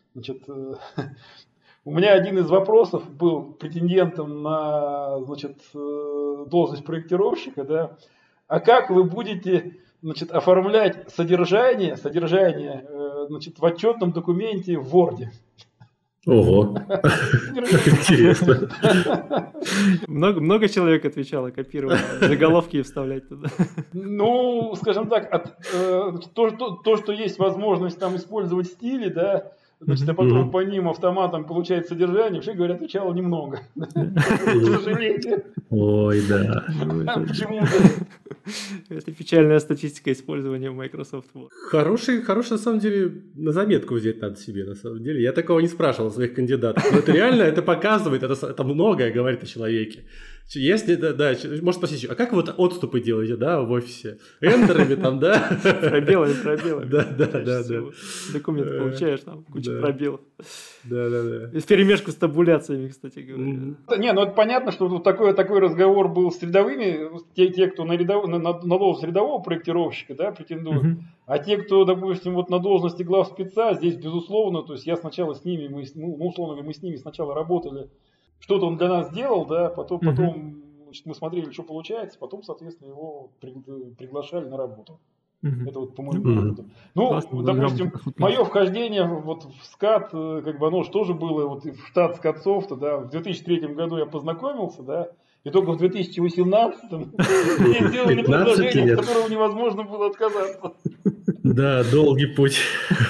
у меня один из вопросов был претендентом на должность проектировщика, да, а как вы будете оформлять содержание в отчетном документе в Word? Ого, интересно. Много человек отвечало, копировать заголовки и вставлять туда. Ну, скажем так, то, что есть возможность там использовать стили, да, а потом по ним автоматом получает содержание, вообще говоря, отвечало немного. К сожалению. Ой, да. Почему-то. Это печальная статистика использования Microsoft Word. Хороший, на самом деле, на заметку взять надо себе, на самом деле. Я такого не спрашивал своих кандидатов. Но это реально, это показывает, это многое говорит о человеке. Если, да, может спросить, а как вы вот отступы делаете, да, в офисе? Энтерами там, да? Пробелами. Да. Документ получаешь, там куча пробелов. Да. И вперемешку с табуляциями, кстати говоря. Не, ну это понятно, что тут такой разговор был с рядовыми, те, кто на должность рядового проектировщика, да, претендуют. А те, кто, допустим, вот на должности главспеца, здесь, безусловно, то есть я сначала с ними, мы с ними сначала работали. Что-то он для нас сделал, да, потом мы смотрели, что получается, потом, соответственно, его приглашали на работу. Это вот по моему опыту. Ну, допустим, мое вхождение вот в SCAD, оно же тоже было вот в штат SCADSoft, да, в 2003 году я познакомился, да, и только в 2018 мне сделали предложение, от которого невозможно было отказаться. Да, долгий путь.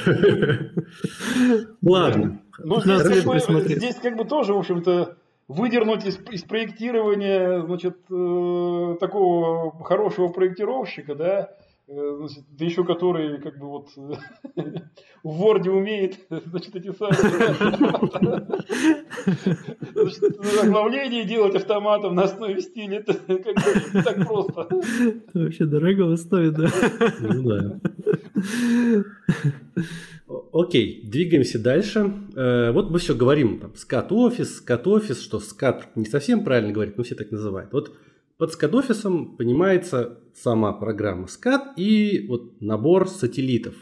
Ладно. Ну, здесь тоже, в общем-то, выдернуть из проектирования, такого хорошего проектировщика, да, да еще который, в Word умеет, эти самые, оглавление делать автоматом на основе стиля, это не так просто. Это вообще дорого стоит, да? Ну да. Окей, двигаемся дальше. Вот мы все говорим, там, SCAD-офис, что SCAD не совсем правильно говорит, но все так называют. Вот под SCAD-офисом понимается сама программа SCAD и вот набор сателлитов.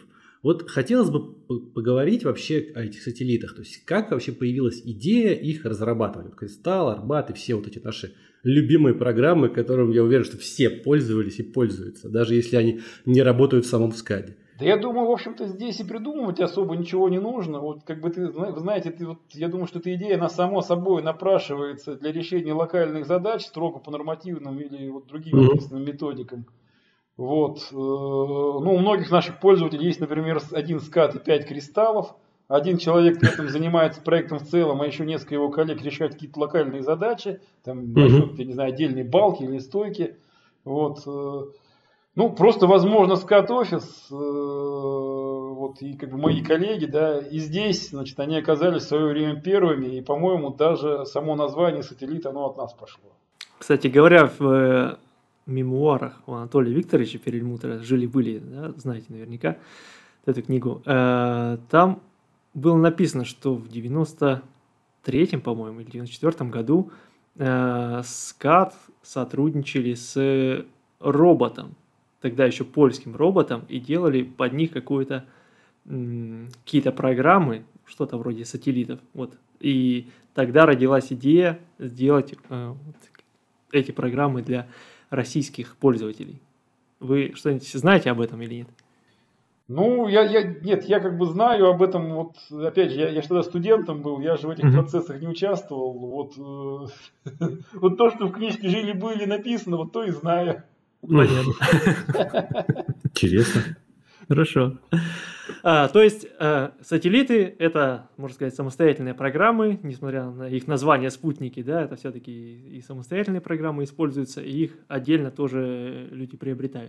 Вот хотелось бы поговорить вообще о этих сателлитах. То есть как вообще появилась идея их разрабатывать? Вот Кристалл, Арбат и все вот эти наши любимые программы, которым я уверен, что все пользовались и пользуются, даже если они не работают в самом СКАДе. Да я думаю, в общем-то, здесь и придумывать особо ничего не нужно. Вот как бы вы знаете, я думаю, что эта идея, она само собой напрашивается для решения локальных задач строго по нормативным или вот другим описанным методикам. Вот. Ну, у многих наших пользователей есть, например, один скат и 5 кристаллов. Один человек при этом занимается проектом в целом, а еще несколько его коллег решают какие-то локальные задачи. Там, я не знаю, отдельные балки или стойки. Вот. Ну, просто, возможно, SCAD Office, вот, и как бы мои коллеги, да, и здесь, значит, они оказались в свое время первыми, и, по-моему, даже само название сателлит, оно от нас пошло. Кстати говоря, в мемуарах у Анатолия Викторовича Перельмутера «Жили-были», да, знаете наверняка эту книгу, там было написано, что в 93-м, по-моему, или 94-м году SCAD сотрудничали с роботом, тогда еще польским роботом, и делали под них какие-то программы, что-то вроде сателлитов. Вот. И тогда родилась идея сделать эти программы для российских пользователей. Вы что-нибудь знаете об этом или нет? Ну, нет, я как бы знаю об этом, вот, опять же, я же тогда студентом был, я же в этих процессах не участвовал, вот, вот то, что в книжке «Жили-были» написано, вот то и знаю. Понятно. Интересно. Хорошо. То есть сателлиты – это, можно сказать, самостоятельные программы, несмотря на их название спутники, да, это все-таки и самостоятельные программы используются, и их отдельно тоже люди приобретают.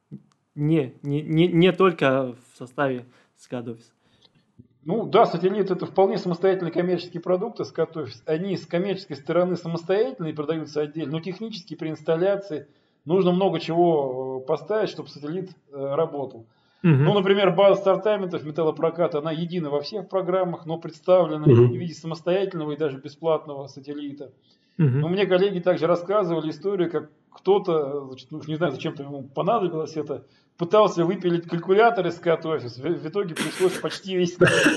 Не только в составе SCAD Office. Ну да, сателлит это вполне самостоятельный коммерческий продукт, SCAD Office. Они с коммерческой стороны самостоятельные, продаются отдельно, но технически при инсталляции нужно много чего поставить, чтобы сателлит работал. Ну, например, база стартаментов металлопроката, она едина во всех программах, но представлена в виде самостоятельного и даже бесплатного сателлита. Но мне коллеги также рассказывали историю, как кто-то, значит, ну, не знаю, зачем-то ему понадобилось это, пытался выпилить калькулятор из SCAD Office, в итоге пришлось почти весь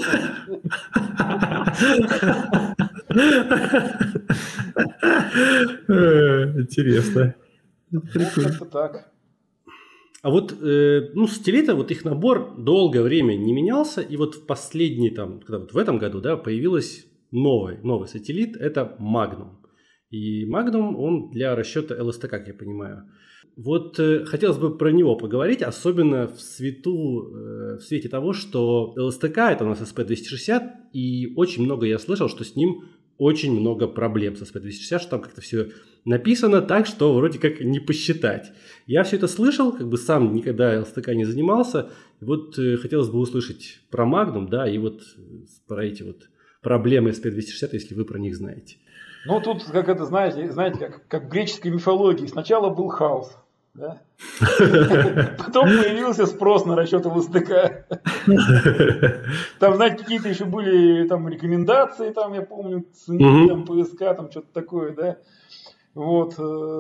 Интересно. Вот как-то так. А вот, ну, сателлиты, вот их набор долгое время не менялся, и вот в последний, там, когда вот в этом году, да, появился новый сателлит, это Magnum. И Magnum, он для расчета ЛСТ, как я понимаю. Вот хотелось бы про него поговорить, особенно в свете того, что ЛСТК это у нас SP260, и очень много я слышал, что с ним очень много проблем с SP260, что там как-то все написано так, что вроде как не посчитать. Я все это слышал, как бы сам никогда ЛСТК не занимался, и вот хотелось бы услышать про Magnum, да, и вот про эти вот проблемы SP260, если вы про них знаете. Ну, тут, как это, знаете, как в греческой мифологии. Сначала был хаос, да? Потом появился спрос на расчет ЛСТК. Там, знаете, какие-то еще были там рекомендации, там, я помню, цены, там, ПСК, там, что-то такое, да? Вот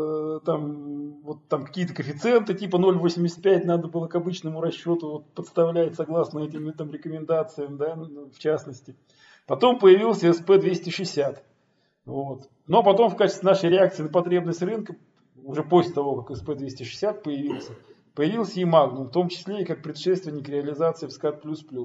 там какие-то коэффициенты типа 0,85 надо было к обычному расчету вот подставлять согласно этим там рекомендациям, да, в частности. Потом появился SP260. Вот. Но потом в качестве нашей реакции на потребность рынка, уже после того, как SP260 появился и Magnum, в том числе и как предшественник реализации в SCAD++.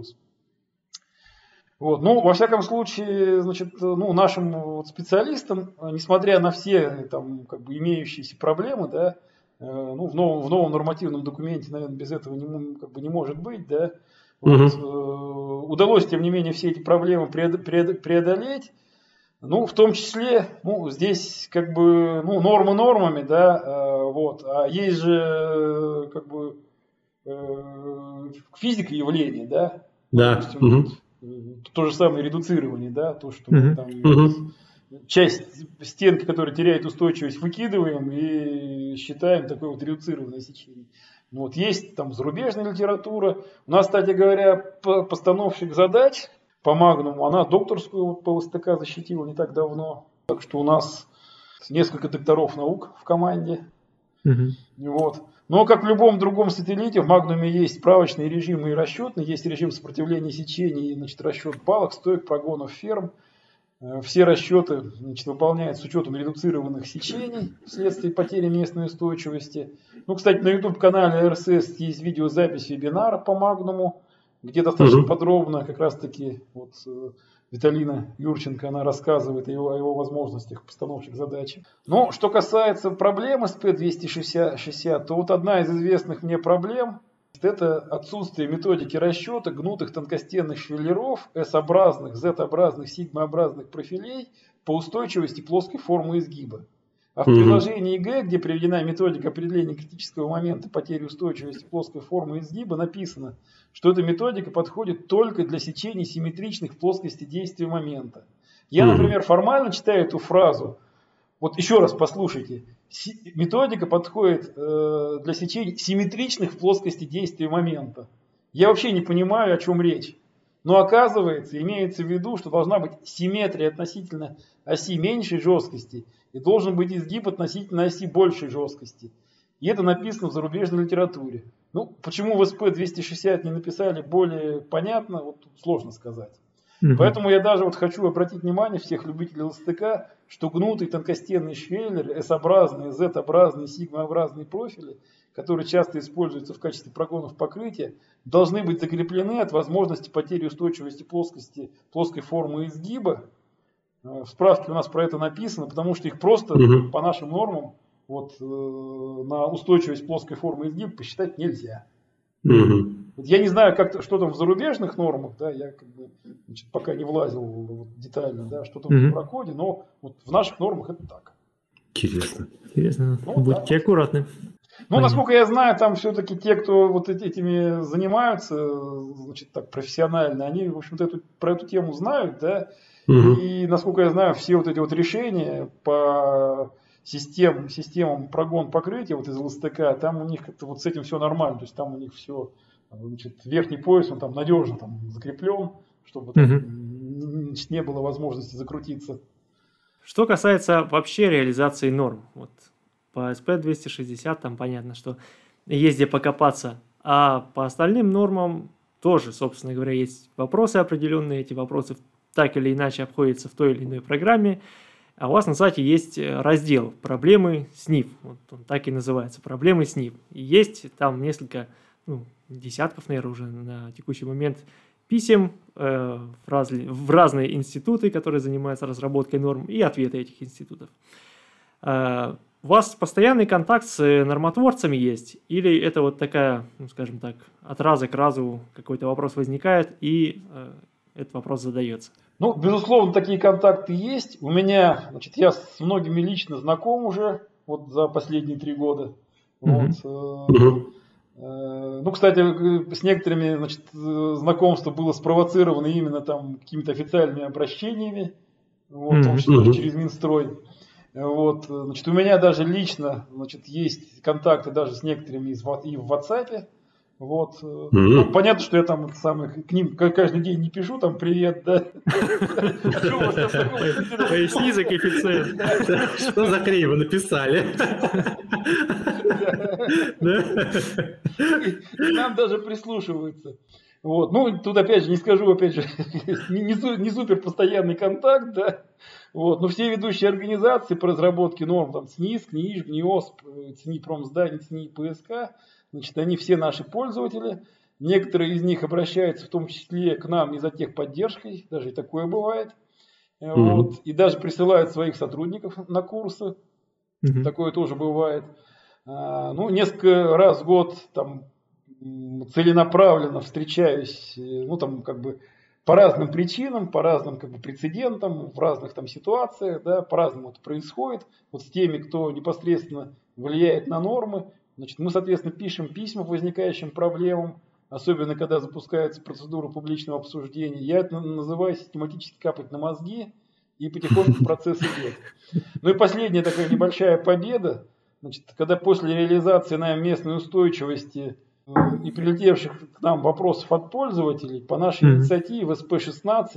Вот. Ну, во всяком случае, значит, ну, нашим вот специалистам, несмотря на все там, как бы, имеющиеся проблемы, да, ну, в новом нормативном документе, наверное, без этого не может быть, да, вот, удалось, тем не менее, все эти проблемы преодолеть. Ну, в том числе, ну, здесь как бы, ну, нормы нормами, да, вот, а есть же, как бы, физика явления, да, да. Допустим, то же самое редуцирование, да, то, что мы там часть стенки, которая теряет устойчивость, выкидываем и считаем такое вот редуцированное сечение. Вот, есть там зарубежная литература. У нас, кстати говоря, постановщик задач по Magnum, она докторскую вот по ЛСТК защитила не так давно. Так что у нас несколько докторов наук в команде. Вот. Но, как в любом другом сателлите, в Магнуме есть справочные режимы и расчетные, есть режим сопротивления сечений, значит, расчет балок, стоек, прогонов, ферм. Все расчеты, значит, выполняются с учетом редуцированных сечений вследствие потери местной устойчивости. Ну, кстати, на YouTube-канале RSS есть видеозапись вебинара по Магнуму, где достаточно подробно как раз-таки вот Виталина Юрченко, она рассказывает о его возможностях постановщик задачи. Но что касается проблемы SP260, то вот одна из известных мне проблем – это отсутствие методики расчета гнутых тонкостенных швеллеров, S-образных, Z-образных, сигма-образных профилей по устойчивости плоской формы изгиба. А в приложении ЕГЭ, где приведена методика определения критического момента потери устойчивости плоской формы изгиба, написано, что эта методика подходит только для сечений симметричных в плоскости действия момента. Я, например, формально читаю эту фразу. Вот еще раз послушайте. Методика подходит для сечений симметричных в плоскости действия момента. Я вообще не понимаю, о чем речь. Но оказывается, имеется в виду, что должна быть симметрия относительно оси меньшей жесткости и должен быть изгиб относительно оси большей жесткости. И это написано в зарубежной литературе. Ну, почему в SP260 не написали более понятно, вот тут сложно сказать. Поэтому я даже вот хочу обратить внимание всех любителей ЛСТК, что гнутый тонкостенный швеллер, S-образные, Z-образные, сигма-образные профили, которые часто используются в качестве прогонов покрытия, должны быть закреплены от возможности потери устойчивости плоской формы изгиба. В справке у нас про это написано, потому что их просто по нашим нормам вот, на устойчивость плоской формы изгиба посчитать нельзя. Вот я не знаю, что там в зарубежных нормах, да, я как бы, значит, пока не влазил вот, детально, да, что там в Еврокоде, но вот в наших нормах это так. Интересно. Ну, будьте аккуратны. Ну, насколько я знаю, там все-таки те, кто вот этими занимаются, значит, так профессионально, они, в общем-то, про эту тему знают, да, и, насколько я знаю, все вот эти вот решения по системам прогон покрытия вот из ЛСТК, там у них вот с этим все нормально, то есть там у них все, значит, верхний пояс, он там надежно там закреплен, чтобы там не было возможности закрутиться. Что касается вообще реализации норм, вот по SP260 там понятно, что есть где покопаться, а по остальным нормам тоже, собственно говоря, есть вопросы определенные, эти вопросы так или иначе обходятся в той или иной программе. А у вас на сайте есть раздел «Проблемы с НИФ». Вот он так и называется «Проблемы с НИФ». И есть там несколько, десятков, наверное, уже на текущий момент писем в разные институты, которые занимаются разработкой норм, и ответы этих институтов. У вас постоянный контакт с нормотворцами есть? Или это вот такая, скажем так, от раза к разу какой-то вопрос возникает, и этот вопрос задается? Ну, безусловно, такие контакты есть. У меня, значит, я с многими лично знаком уже вот за последние 3 года. Вот. Ну, кстати, с некоторыми, значит, знакомство было спровоцировано именно там какими-то официальными обращениями, вот, в том числе через Минстрой. Вот, значит, у меня даже лично, значит, есть контакты даже с некоторыми и в WhatsApp. Вот. Ну, понятно, что я там к ним каждый день не пишу, там привет, да. Поясни за коэффициент. Что за хрень вы написали? Нам даже прислушиваются. Вот. Ну, тут опять же не скажу, опять же, не супер постоянный контакт, да. Вот. Но все ведущие организации по разработке норм, там СНИС, КНИЖ, ГНИОСП, ЦНИ Промздание, ЦНИ ПСК, значит, они все наши пользователи. Некоторые из них обращаются в том числе к нам и за техподдержкой, даже и такое бывает. Вот. И даже присылают своих сотрудников на курсы. Такое тоже бывает. Ну, несколько раз в год там целенаправленно встречаюсь, ну, там, как бы, по разным причинам, по разным, как бы, прецедентам, в разных там ситуациях, да, по-разному это происходит. Вот с теми, кто непосредственно влияет на нормы, значит, мы, соответственно, пишем письма по возникающим проблемам, особенно когда запускается процедура публичного обсуждения. Я это называю систематически капать на мозги, и потихоньку процесс идет. Ну и последняя такая небольшая победа, значит, когда после реализации нами местной устойчивости и прилетевших к нам вопросов от пользователей, по нашей инициативе в SP16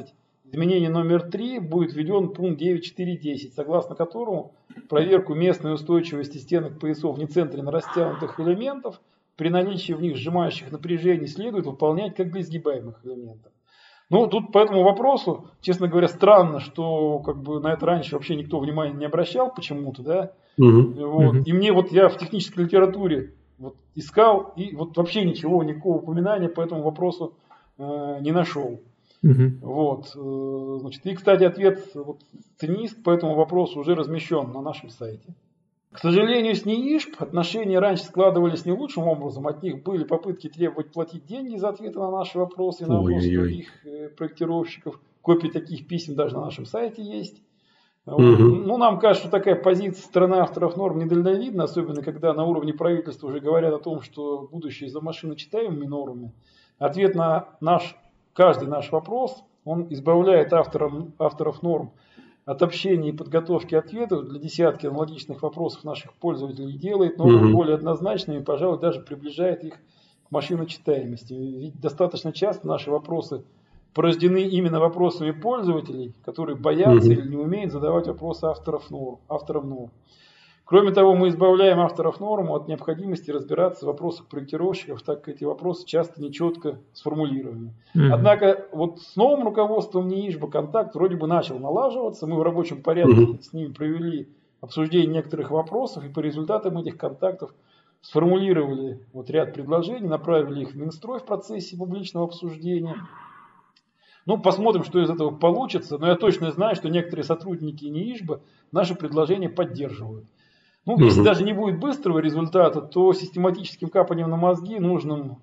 изменение номер 3 будет введен пункт 9.4.10, согласно которому проверку местной устойчивости стенок поясов нецентрально растянутых элементов при наличии в них сжимающих напряжений следует выполнять как для изгибаемых элементов. Ну, тут по этому вопросу, честно говоря, странно, что как бы на это раньше вообще никто внимания не обращал почему-то, да. Вот. И мне вот я в технической литературе вот искал и вот вообще никакого упоминания по этому вопросу не нашел. Вот. Значит, и, кстати, ответ вот, ЦНИИСП по этому вопросу уже размещен на нашем сайте. К сожалению, с НИИШП отношения раньше складывались не лучшим образом. От них были попытки требовать платить деньги за ответы на наши вопросы и на вопросы других проектировщиков. Копии таких писем даже на нашем сайте есть. Ну, нам кажется, что такая позиция стороны авторов норм недальновидна, особенно когда на уровне правительства уже говорят о том, что будущее за машиночитаемыми нормами. Ответ на каждый наш вопрос, он избавляет авторов норм от общения и подготовки ответов для десятки аналогичных вопросов наших пользователей, делает нормы более однозначными и, пожалуй, даже приближает их к машиночитаемости. Ведь достаточно часто наши вопросы порождены именно вопросами пользователей, которые боятся или не умеют задавать вопросы авторам норм. Кроме того, мы избавляем авторов норм от необходимости разбираться в вопросах проектировщиков, так как эти вопросы часто нечетко сформулированы. Однако вот с новым руководством НИИШБа контакт вроде бы начал налаживаться. Мы в рабочем порядке с ними провели обсуждение некоторых вопросов, и по результатам этих контактов сформулировали вот ряд предложений, направили их в Минстрой в процессе публичного обсуждения. Ну, посмотрим, что из этого получится, но я точно знаю, что некоторые сотрудники НИИШБа наши предложения поддерживают. Ну, если даже не будет быстрого результата, то систематическим капанием на мозги, нужные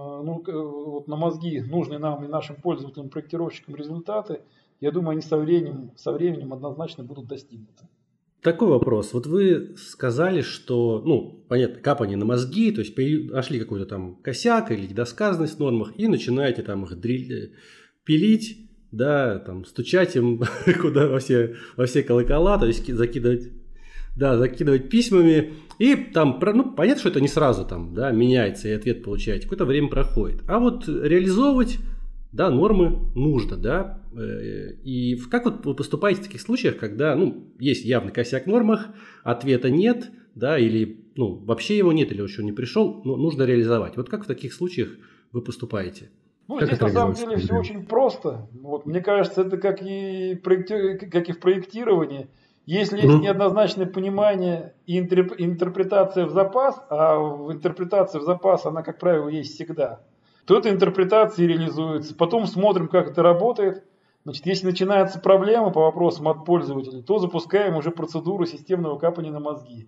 нам и нашим пользователям, проектировщикам результаты, я думаю, они со временем однозначно будут достигнуты. Такой вопрос. Вот вы сказали, что, понятно, капание на мозги, то есть нашли какой-то там косяк или недосказанность в нормах и начинаете там их пилить, да, там, стучать им куда во все колокола, то есть закидывать письмами, и там, понятно, что это не сразу там, да, меняется и ответ получаете, какое-то время проходит. А вот реализовывать, да, нормы нужно, да, и как вот вы поступаете в таких случаях, когда, есть явный косяк в нормах, ответа нет, да, или, вообще его нет, или еще не пришел, но нужно реализовать. Вот как в таких случаях вы поступаете? Здесь на самом деле все очень просто. Вот, мне кажется, это как и в проектировании. Если есть неоднозначное понимание и интерпретация в запас, а интерпретация в запас, она, как правило, есть всегда, то эта интерпретация реализуется. Потом смотрим, как это работает. Значит, если начинается проблема по вопросам от пользователей, то запускаем уже процедуру системного капания на мозги.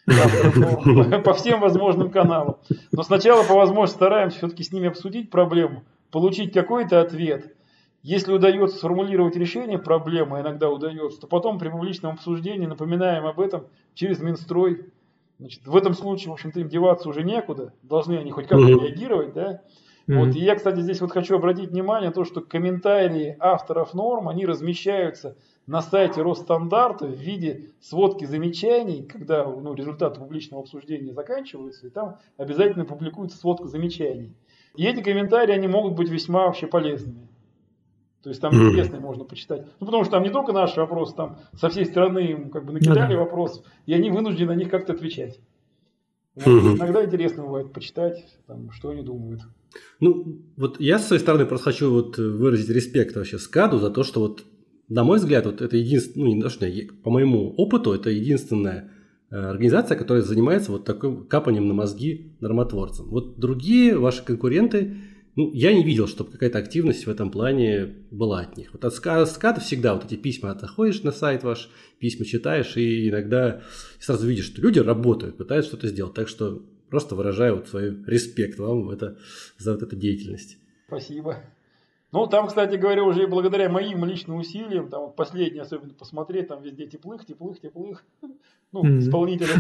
По всем возможным каналам. Но сначала по возможности стараемся все-таки с ними обсудить проблему, получить какой-то ответ. Если удается сформулировать решение проблемы, иногда удается, то потом при публичном обсуждении напоминаем об этом через Минстрой. Значит, в этом случае, в общем-то, им деваться уже некуда. Должны они хоть как-то реагировать, да? Вот. И я, кстати, здесь вот хочу обратить внимание на то, что комментарии авторов норм, они размещаются на сайте Росстандарта в виде сводки замечаний, когда результаты публичного обсуждения заканчиваются, и там обязательно публикуется сводка замечаний. И эти комментарии, они могут быть весьма вообще полезными. То есть там интересно можно почитать. Потому что там не только наши вопросы, там со всей страны им как бы накидали вопросов, и они вынуждены на них как-то отвечать. Вот. Иногда интересно бывает почитать, там, что они думают. Вот я с своей стороны просто хочу выразить респект вообще СКАДу за то, что на мой взгляд, это единственное, по моему опыту, это единственная организация, которая занимается таким капанием на мозги нормотворцам. Вот другие ваши конкуренты, я не видел, чтобы какая-то активность в этом плане была от них. Вот от СКАДа всегда эти письма, заходишь на сайт ваш, письма читаешь, и иногда сразу видишь, что люди работают, пытаются что-то сделать. Так что просто выражаю свой респект вам за эту деятельность. Спасибо. Там, кстати говоря, уже благодаря моим личным усилиям, там последние особенно посмотреть, там везде теплых, исполнителей.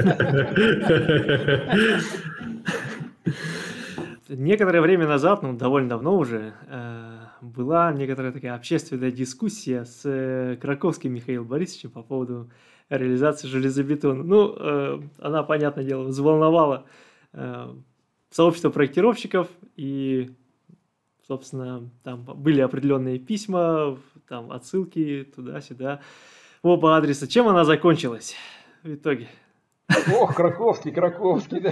Некоторое время назад, довольно давно уже, была некоторая такая общественная дискуссия с Краковским Михаилом Борисовичем по поводу реализации железобетона. Она, понятное дело, взволновала сообщество проектировщиков и собственно, там были определенные письма, там отсылки туда-сюда, оба адреса. Чем она закончилась в итоге? Ох, Краковский, да.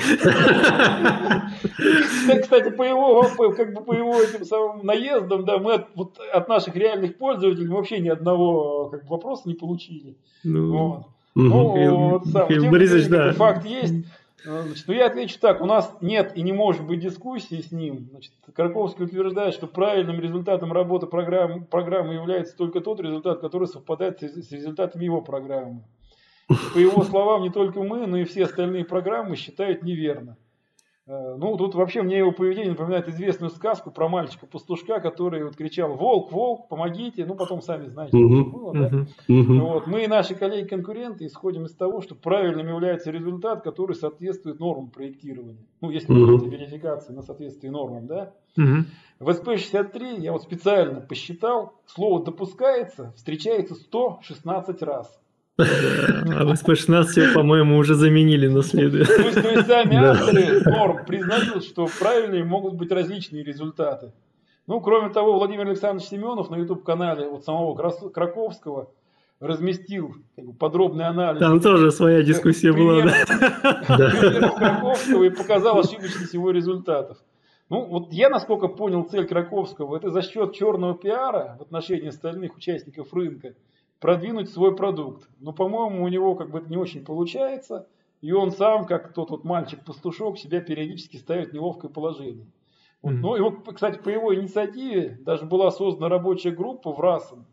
Кстати, по его этим самым наездам, да, мы от наших реальных пользователей вообще ни одного вопроса не получили. Ну, Михаил Борисович, да. Факт есть. Значит, я отвечу так, у нас нет и не может быть дискуссии с ним. Значит, Краковский утверждает, что правильным результатом работы программы является только тот результат, который совпадает с результатами его программы. По его словам, не только мы, но и все остальные программы считают неверно. Ну, тут вообще мне его поведение напоминает известную сказку про мальчика-пастушка, который кричал: «Волк, волк, помогите!» Ну, потом сами знаете, что было, да? Мы и наши коллеги-конкуренты исходим из того, что правильным является результат, который соответствует нормам проектирования. Ну, если говорить о верификации на соответствие нормам, да? В SP63 я специально посчитал, слово «допускается» встречается 116 раз. А в SP16, по-моему, уже заменили на следующее. То есть сами авторы норм признают, что правильные могут быть различные результаты. Ну, кроме того, Владимир Александрович Семенов на YouTube-канале самого Краковского разместил подробный анализ. Там тоже своя дискуссия была, примеров Краковского и показал ошибочность его результатов. Ну, я, насколько понял, цель Краковского — это за счет черного пиара в отношении остальных участников рынка продвинуть свой продукт. Но, по-моему, у него это не очень получается. И он сам, как тот мальчик-пастушок, себя периодически ставит в неловкое положение. Ну, и кстати, по его инициативе даже была создана рабочая группа в РАСом.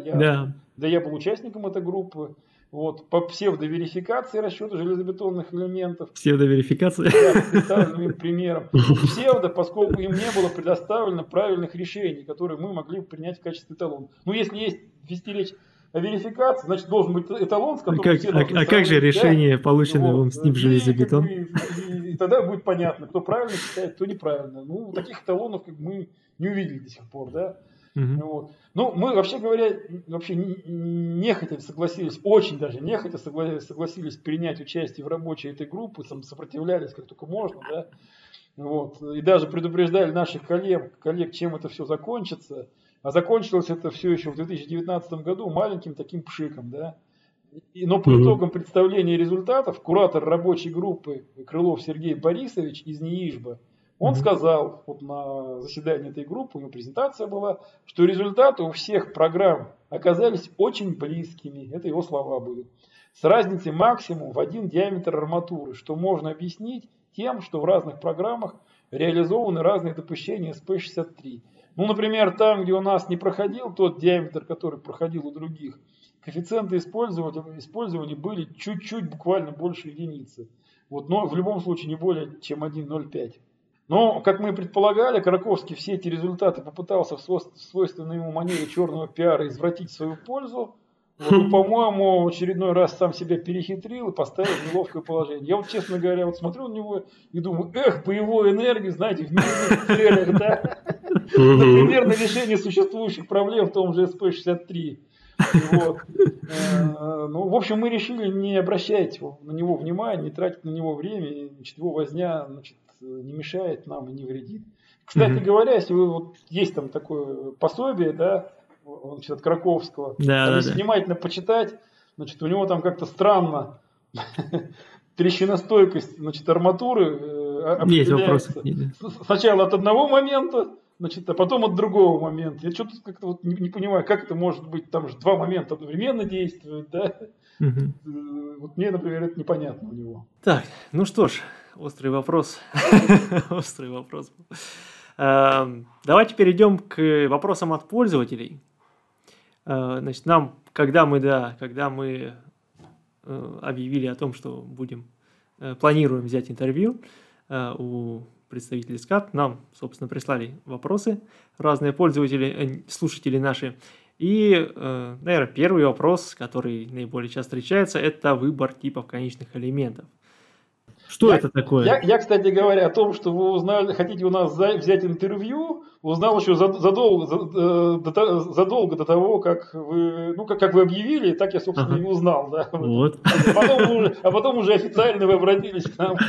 Я был участником этой группы. По псевдоверификации расчета железобетонных элементов. Псевдоверификация? Да, по представленным им примерам. Псевдо, поскольку им не было предоставлено правильных решений, которые мы могли бы принять в качестве эталона. Ну, если есть вести речь о верификации, значит, должен быть эталон, с которым все должны А как же решение, полученное вам с ним железобетон? И тогда будет понятно, кто правильно считает, кто неправильно. Ну, таких эталонов мы не увидели до сих пор, да. Ну, мы, вообще говоря, нехотя согласились, очень даже нехотя согласились принять участие в работе этой группы, сопротивлялись как только можно, да. И даже предупреждали наших коллег, чем это все закончится. А закончилось это все еще в 2019 году маленьким таким пшиком, да. Но по итогам представления результатов куратор рабочей группы Крылов Сергей Борисович из НИИЖБа, он сказал на заседании этой группы, у него презентация была, что результаты у всех программ оказались очень близкими, это его слова были, с разницей максимум в 1 диаметр арматуры, что можно объяснить тем, что в разных программах реализованы разные допущения SP63. Ну, например, там, где у нас не проходил тот диаметр, который проходил у других, коэффициенты использования были чуть-чуть, буквально больше единицы. Но в любом случае не более чем 1,05. Но, как мы предполагали, Краковский все эти результаты попытался в свойственной ему манере черного пиара извратить в свою пользу. По-моему, в очередной раз сам себя перехитрил и поставил в неловкое положение. Я честно говоря, смотрю на него и думаю, по его энергии, знаете, в мирных целях, да? Например, на решение существующих проблем в том же SP63. В общем, мы решили не обращать на него внимания, не тратить на него время, его возня, не мешает нам и не вредит. Кстати говоря, если есть там такое пособие, да, от Краковского, если внимательно почитать, у него там как-то странно трещиностойкость, арматуры определяется сначала от одного момента, а потом от другого момента. Я что-то как-то не понимаю, как это может быть, там же 2 момента одновременно действуют, да? Мне, например, это непонятно у него. Так, ну что ж, острый вопрос. Острый вопрос. Давайте перейдем к вопросам от пользователей. Значит, когда мы объявили о том, что планируем взять интервью у представителей СКАД, нам, собственно, прислали вопросы разные пользователи, слушатели наши. И, наверное, первый вопрос, который наиболее часто встречается, это выбор типов конечных элементов. Что это такое? Я, кстати говоря, о том, что вы узнали, хотите у нас взять интервью, узнал еще задолго до того, как вы, как вы объявили, так я, собственно, и узнал. Да? Вот. А потом уже официально вы обратились к нам.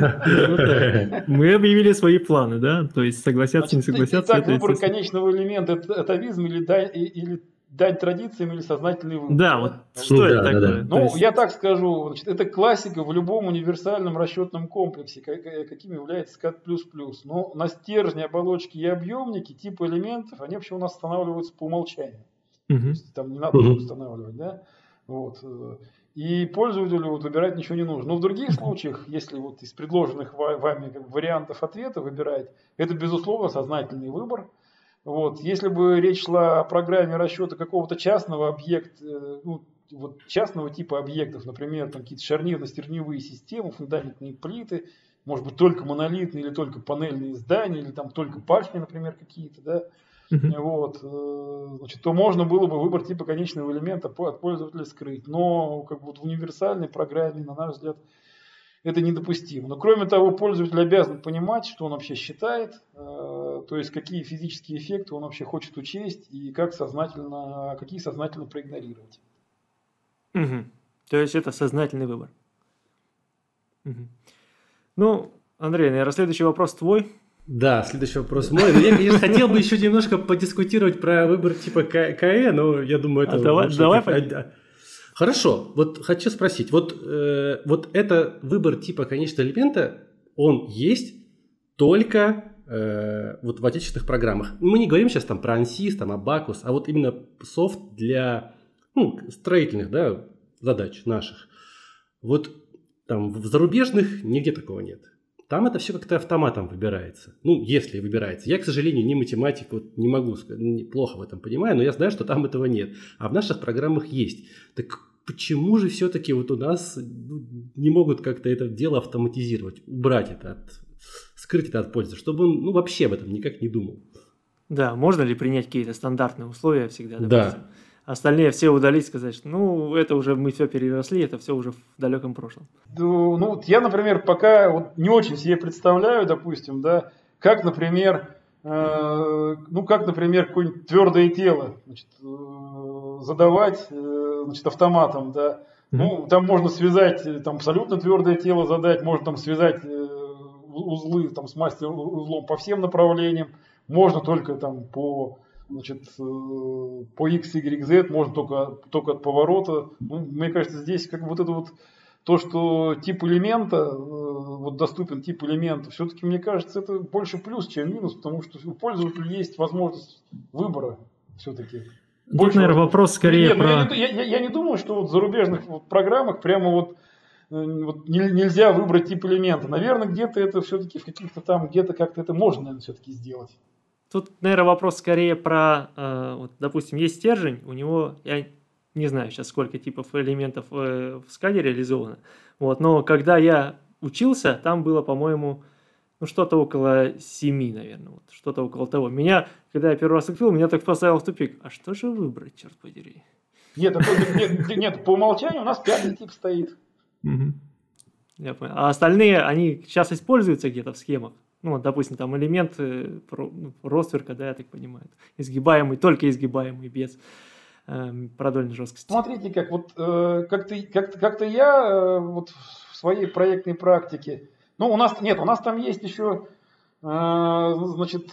Мы объявили свои планы, да? То есть согласятся, не согласятся. Итак, выбор конечного элемента – это атовизм или дань традициям или сознательный выбор. Да, вот что это такое? Ну, я так скажу, значит, это классика в любом универсальном расчетном комплексе, каким является скат++. Но на стержне, оболочки и объемники, типы элементов, они вообще у нас устанавливаются по умолчанию. То есть там не надо устанавливать, да? Вот. И пользователю выбирать ничего не нужно. Но в других случаях, если вот из предложенных вами вариантов ответа выбирать, это, безусловно, сознательный выбор. Вот. Если бы речь шла о программе расчета какого-то частного объекта, частного типа объектов, например, там какие-то шарнирно-стержневые системы, фундаментные плиты, может быть, только монолитные или только панельные здания, или там только башни, например, какие-то, да, вот, значит, то можно было бы выбор типа конечного элемента от пользователя скрыть. Но как бы вот в универсальной программе, на наш взгляд, это недопустимо. Но кроме того, пользователь обязан понимать, что он вообще считает, то есть какие физические эффекты он вообще хочет учесть и какие сознательно проигнорировать. То есть это сознательный выбор. Ну, Андрей, наверное, следующий вопрос твой. Да, следующий вопрос мой. Но я, конечно, хотел бы еще немножко подискутировать про выбор типа КЭ, но я думаю, это... Давай. Хорошо, вот хочу спросить, вот это выбор типа конечного элемента, он есть только вот в отечественных программах. Мы не говорим сейчас там про ANSYS, там Abacus, а вот именно софт для строительных, да, задач наших. Вот там в зарубежных нигде такого нет. Там это все как-то автоматом выбирается. Ну, если выбирается. Я, к сожалению, не математик, вот не могу сказать, плохо в этом понимаю, но я знаю, что там этого нет. А в наших программах есть. Так почему же все-таки вот у нас не могут как-то это дело автоматизировать, убрать это, скрыть это от пользы, чтобы он вообще об этом никак не думал? Да, можно ли принять какие-то стандартные условия всегда, допустим? Да. Остальные все удалить, сказать, что это уже мы все переросли, это все уже в далеком прошлом. Я, например, пока не очень себе представляю, допустим, да, как, например, какое-нибудь твердое тело, значит, задавать, значит, автоматом, да. Там можно связать, там абсолютно твердое тело задать, можно там связать узлы там с мастер-узлом по всем направлениям, можно только там по X, Y, Z, можно только от поворота. Мне кажется, здесь как бы вот это вот то, что тип элемента, доступен тип элемента, все-таки, мне кажется, это больше плюс, чем минус, потому что у пользователя есть возможность выбора все-таки. Тут, наверное, вопрос скорее про... Я не думаю, что в зарубежных программах прямо нельзя выбрать тип элемента. Наверное, где-то это все-таки в каких-то там, где-то как-то это можно, наверное, все-таки сделать. Тут, наверное, вопрос скорее про, допустим, есть стержень, у него, я не знаю сейчас, сколько типов элементов в скаде реализовано, но когда я учился, там было, по-моему, что-то около 7, наверное, что-то около того. Когда я первый раз открыл, меня так поставил в тупик. А что же выбрать, черт подери? Нет, по умолчанию у нас 5 тип стоит. Я понял. А остальные, они сейчас используются где-то в схемах? Допустим, там элемент ростверка, да, я так понимаю, изгибаемый, только изгибаемый, без продольной жесткости. Смотрите, как-то я в своей проектной практике, у нас там есть еще, значит,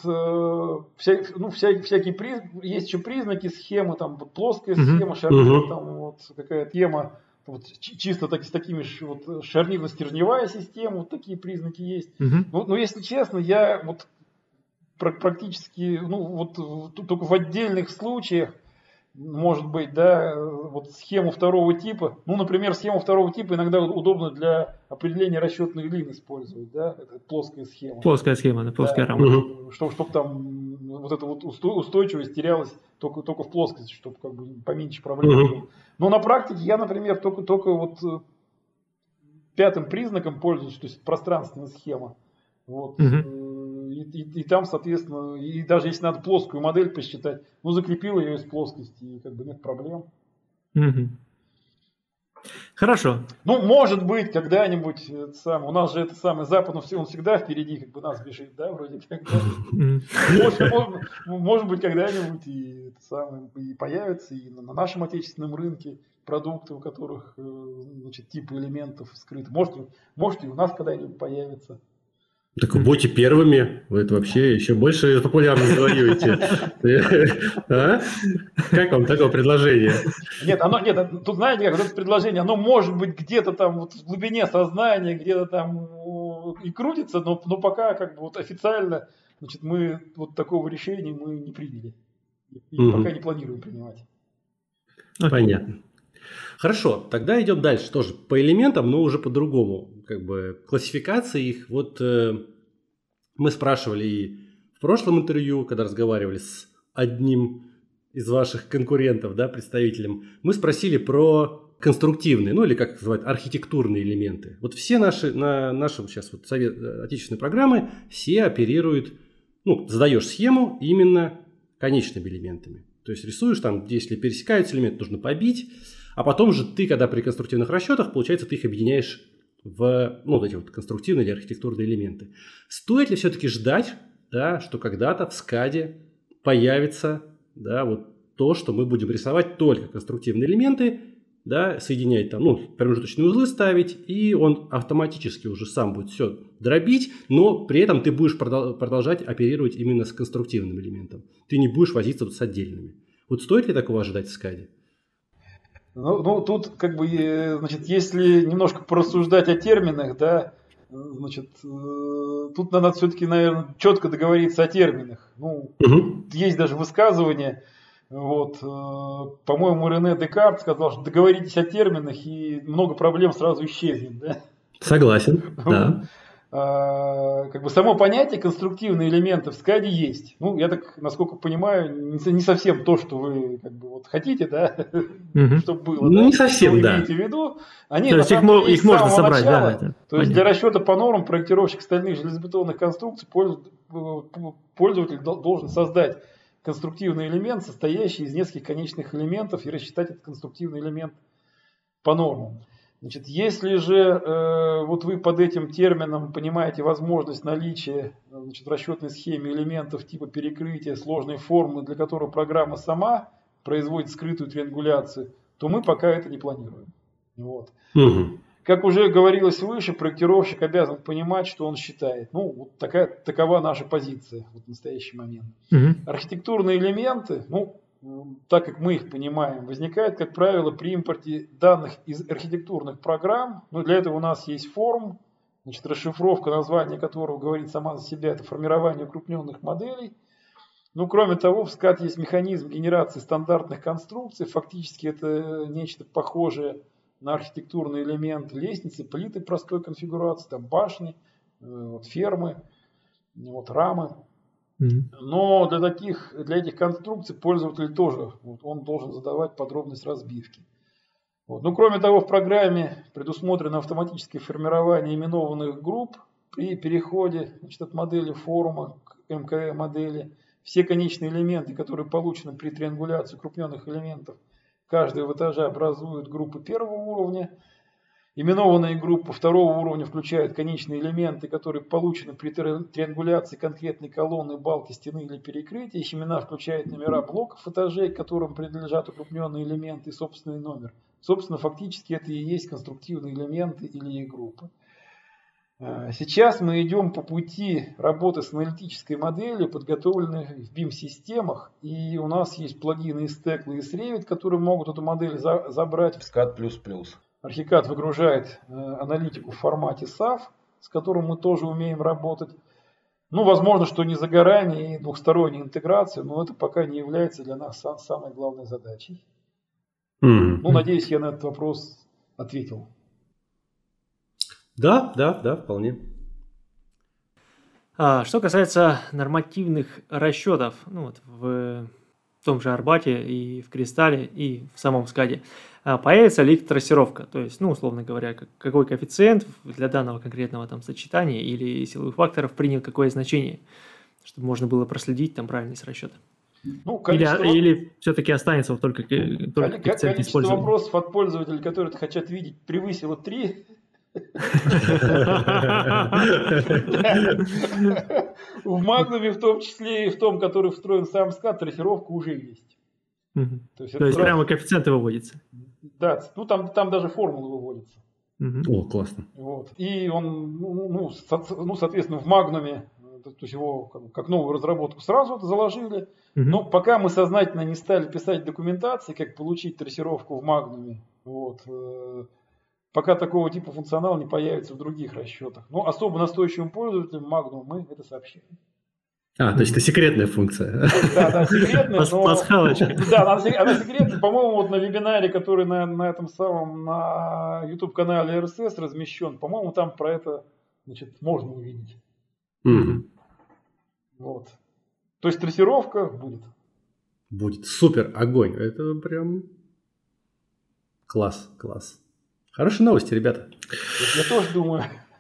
всякие есть еще признаки схемы, там плоская схема, шарнирная, там какая-то схема. Чисто с такими шарнирно-стержневая система, такие признаки есть. Но если честно, я практически, только в отдельных случаях, может быть, да, схему второго типа, например, схему второго типа иногда удобно для определения расчетных длин использовать, да, это плоская схема. Плоская схема, да, плоская рамка. Чтобы там эта устойчивость терялась только в плоскости, чтобы как бы поменьше проблем было. Но на практике я, например, только 5-м признаком пользуюсь, то есть пространственная схема. И там, соответственно, и даже если надо плоскую модель посчитать, ну, закрепил ее из плоскости, и как бы нет проблем. Хорошо. Ну, может быть, когда-нибудь у нас же это самый Запад, он всегда впереди, как бы нас бежит, да, вроде как. Да? Может быть, когда-нибудь и появится и на нашем отечественном рынке продукты, у которых, значит, типы элементов скрыты. Может и у нас когда-нибудь появится. Так вы будете первыми, вы это вообще еще больше популярность завоюете. Как вам такое предложение? Нет, тут, знаете, как это предложение, оно может быть где-то там вот в глубине сознания, где-то там и крутится, но пока как бы вот официально, значит, мы вот такого решения мы не приняли. И пока не планируем принимать. Понятно. Хорошо, тогда идем дальше тоже по элементам, но уже по-другому. Как бы классификация их. Вот мы спрашивали и в прошлом интервью, когда разговаривали с одним из ваших конкурентов, да, представителем, мы спросили про конструктивные, ну или как называют, архитектурные элементы. Вот все наши сейчас вот отечественные программы, все оперируют, ну, задаешь схему именно конечными элементами. То есть рисуешь там, если пересекаются элементы, нужно побить, а потом же ты, когда при конструктивных расчетах, получается, ты их объединяешь в, ну, вот эти вот конструктивные или архитектурные элементы. Стоит ли все-таки ждать, да, что когда-то в скаде появится, да, вот то, что мы будем рисовать только конструктивные элементы, да, соединять там, ну, промежуточные узлы ставить, и он автоматически уже сам будет все дробить, но при этом ты будешь продолжать оперировать именно с конструктивным элементом. Ты не будешь возиться вот с отдельными. Вот стоит ли такого ожидать в скаде? Ну, тут как бы, значит, если немножко порассуждать о терминах, да, значит, тут надо все-таки, наверное, четко договориться о терминах. Ну, есть даже высказывание, вот, по-моему, Рене Декарт сказал, что договоритесь о терминах, и много проблем сразу исчезнет, да? Согласен, да. Как бы само понятие конструктивные элементы в скаде есть. Ну, я так, насколько понимаю, не совсем то, что вы как бы вот хотите, да, чтобы было. Ну, да? не совсем, что вы да. имеете в виду. Они, то есть их можно собрать, начала, да. То есть для расчета по нормам проектировщик стальных железобетонных конструкций пользователь должен создать конструктивный элемент, состоящий из нескольких конечных элементов, и рассчитать этот конструктивный элемент по нормам. Значит, если же вот вы под этим термином понимаете возможность наличия, значит, в расчетной схеме элементов типа перекрытия, сложной формы, для которой программа сама производит скрытую триангуляцию, то мы пока это не планируем. Вот. Как уже говорилось выше, проектировщик обязан понимать, что он считает. Ну, вот такова наша позиция вот в настоящий момент. Архитектурные элементы, ну, так как мы их понимаем, возникают, как правило, при импорте данных из архитектурных программ. Но для этого у нас есть форм, значит, расшифровка названия которого говорит сама за себя, это формирование укрупненных моделей. Ну, кроме того, в SCAD есть механизм генерации стандартных конструкций. Фактически это нечто похожее на архитектурные элементы: лестницы, плиты простой конфигурации, там башни, вот, фермы, вот, рамы. Но для этих конструкций пользователь тоже, вот, он должен задавать подробность разбивки. Вот. Ну, кроме того, в программе предусмотрено автоматическое формирование именованных групп при переходе, значит, от модели форума к МКЭ модели. Все конечные элементы, которые получены при триангуляции укрупненных элементов каждого этажа, образуют группы первого уровня. Именованные группы второго уровня включают конечные элементы, которые получены при триангуляции конкретной колонны, балки, стены или перекрытия. Их имена включают номера блоков этажей, которым принадлежат укрупненные элементы, и собственный номер. Собственно, фактически это и есть конструктивные элементы или их группы. Сейчас мы идем по пути работы с аналитической моделью, подготовленной в BIM-системах. И у нас есть плагины из Tekla и из Revit, которые могут эту модель забрать в SCAD++. Архикад выгружает аналитику в формате SAF, с которым мы тоже умеем работать. Ну, возможно, что не за горами и двухсторонняя интеграция, но это пока не является для нас самой главной задачей. Ну, надеюсь, я на этот вопрос ответил. Да, вполне. Что касается нормативных расчетов, ну, вот в том же Арбате и в Кристалле и в самом скаде, появится ли их трассировка, то есть, ну, условно говоря, какой коэффициент для данного конкретного там сочетания или силовых факторов принял какое значение, чтобы можно было проследить там правильность расчета. Ну, количество... Или все-таки останется только коэффициент количество использования? Вопросов от пользователей, которые это хотят видеть, превысило 3. В Magnum, в том числе и в том, который встроен в сам скат, трассировка уже есть. То есть прямо коэффициенты выводятся? Да, ну там даже формулы выводятся. О, классно. Вот. И он, соответственно, в Magnum, то есть его как новую разработку сразу это заложили. Но пока мы сознательно не стали писать документации, как получить трассировку в Magnum, вот, пока такого типа функционала не появится в других расчетах. Но особо настойчивым пользователям Magnum мы это сообщаем. То есть это секретная функция. Да, секретная, но... Пасхалочка. Да, она секретная. По-моему, вот на вебинаре, который на этом самом, на YouTube-канале RSS размещен, по-моему, там про это, значит, можно увидеть. Вот. То есть трассировка будет. Будет супер, огонь. Это прям класс. Хорошие новости, ребята. Я тоже думаю.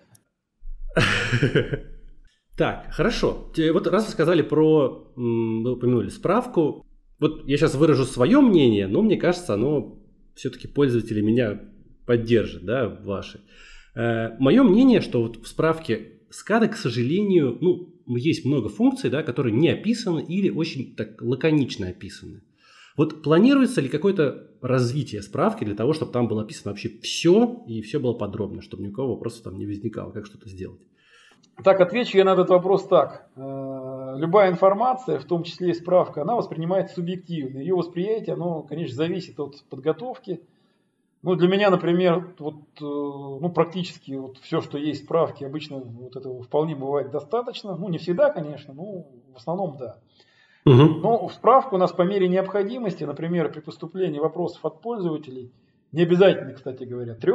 Так, хорошо. Вот раз вы сказали вы упомянули справку. Вот я сейчас выражу свое мнение, но мне кажется, оно все-таки пользователи меня поддержат, да, ваши. Мое мнение, что вот в справке SCADA, к сожалению, есть много функций, да, которые не описаны или очень так лаконично описаны. Вот планируется ли какое-то развитие справки для того, чтобы там было описано вообще все и все было подробно, чтобы ни у кого вопросов там не возникало, как что-то сделать? Так, отвечу я на этот вопрос так. Любая информация, в том числе и справка, она воспринимается субъективно. Ее восприятие, оно, конечно, зависит от подготовки. Для меня, например, практически все, что есть в справке, обычно вот этого вполне бывает достаточно. Не всегда, конечно, но в основном да. Но в справку у нас по мере необходимости, например, при поступлении вопросов от пользователей, не обязательно, кстати говоря, 3,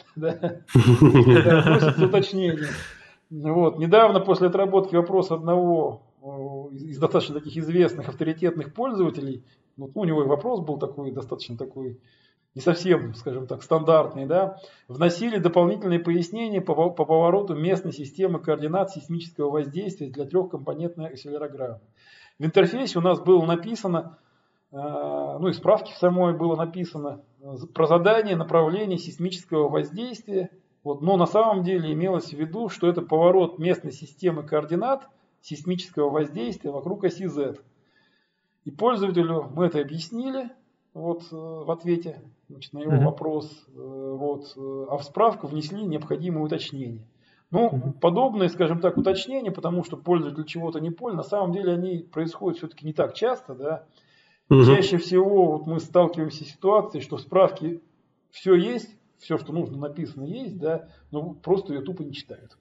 вносится уточнение. Недавно после отработки вопроса одного из достаточно таких известных авторитетных пользователей, у него и вопрос был такой, достаточно такой, не совсем, скажем так, стандартный, да, вносили дополнительные пояснения по повороту местной системы координат сейсмического воздействия для 3-компонентной акселерограммы. В интерфейсе у нас было написано, и справки в самой было написано, про задание направления сейсмического воздействия. Но на самом деле имелось в виду, что это поворот местной системы координат сейсмического воздействия вокруг оси Z. И пользователю мы это объяснили в ответе на его вопрос. А в справку внесли необходимые уточнения. Подобные, скажем так, уточнения, потому что пользователь чего-то не понял, на самом деле они происходят все-таки не так часто. Да? Чаще всего мы сталкиваемся с ситуацией, что в справке все есть, все, что нужно, написано есть, да, но просто ее тупо не читают.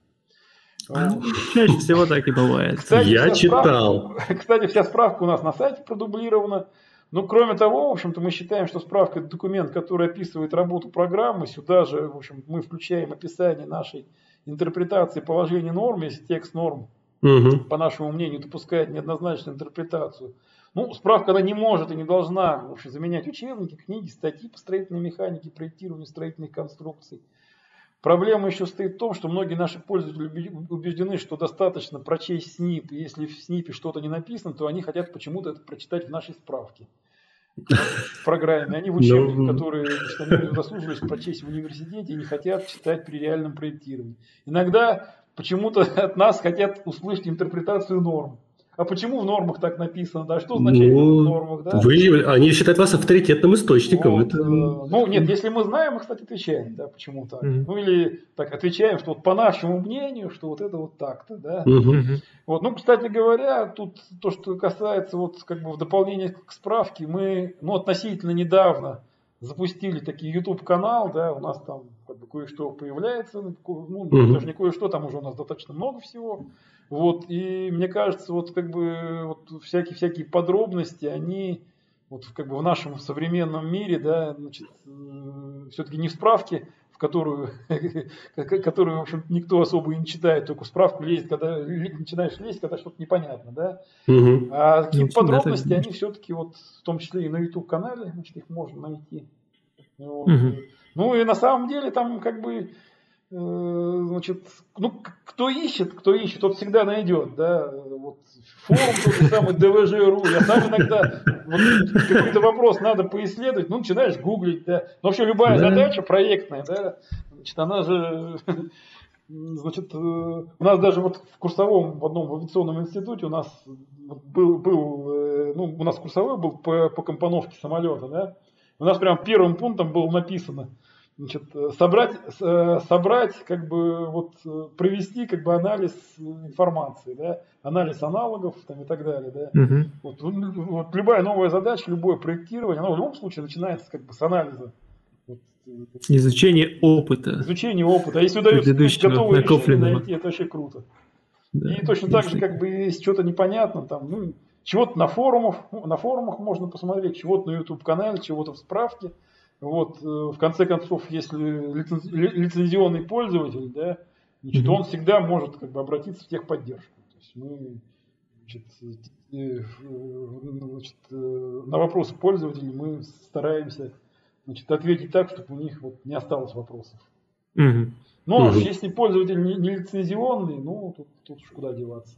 Чаще всего так и бывает. Я читал. Кстати, вся справка у нас на сайте продублирована. Кроме того, в общем-то, мы считаем, что справка – это документ, который описывает работу программы. Сюда же, в общем, мы включаем описание нашей интерпретации положений норм, если текст норм, по нашему мнению, допускает неоднозначную интерпретацию. Справка она не может и не должна вообще заменять учебники, книги, статьи по строительной механике, проектированию строительных конструкций. Проблема еще стоит в том, что многие наши пользователи убеждены, что достаточно прочесть СНИП, и если в СНИПе что-то не написано, то они хотят почему-то это прочитать в нашей справке. В программе. Они в учебниках, которые они заслужились прочесть в университете и не хотят читать при реальном проектировании. Иногда почему-то от нас хотят услышать интерпретацию норм. А почему в нормах так написано? Да? Что означает это в нормах? Да? Они считают вас авторитетным источником. Нет, если мы знаем, мы, кстати, отвечаем, да, почему так. Или так отвечаем, что по нашему мнению, что это так-то. Да? Кстати говоря, тут то, что касается в дополнение к справке, мы относительно недавно запустили такой YouTube-канал, да, у нас там кое-что появляется, даже не кое-что, там уже у нас достаточно много всего. И мне кажется, всякие подробности, они в нашем современном мире, да, все-таки не в справке, в которую, в общем, никто особо и не читает, только в справку лезет, когда начинаешь лезть, когда что-то непонятно, да. А какие подробности, они все-таки в том числе и на YouTube-канале, их можно найти. И на самом деле там значит, ну, кто ищет, тот всегда найдет, да, вот форум тот же самый ДВЖ.ру, я сам иногда, вот какой-то вопрос надо поисследовать, ну, начинаешь гуглить, да, но вообще любая задача проектная, да, значит, она же, значит, у нас даже вот в курсовом, в одном авиационном институте у нас был ну, у нас курсовой был по компоновке самолета, да, у нас прям первым пунктом было написано, значит, собрать, как бы, вот, провести, как бы, анализ информации, да, анализ аналогов, там, и так далее, да. Вот любая новая задача, любое проектирование, оно в любом случае начинается, как бы, с анализа. Вот, изучение опыта. А если удается готовое решение найти, это вообще круто. Да, и точно так же, как бы, если что-то непонятно, там, ну, чего-то на форумах можно посмотреть, чего-то на YouTube-канале, чего-то в справке. Вот, в конце концов, если лицензионный пользователь, да, значит, он всегда может, как бы, обратиться в техподдержку. То есть мы, значит, на вопросы пользователей мы стараемся, значит, ответить так, чтобы у них вот не осталось вопросов. Ну, а если пользователь не лицензионный, ну, тут уж куда деваться.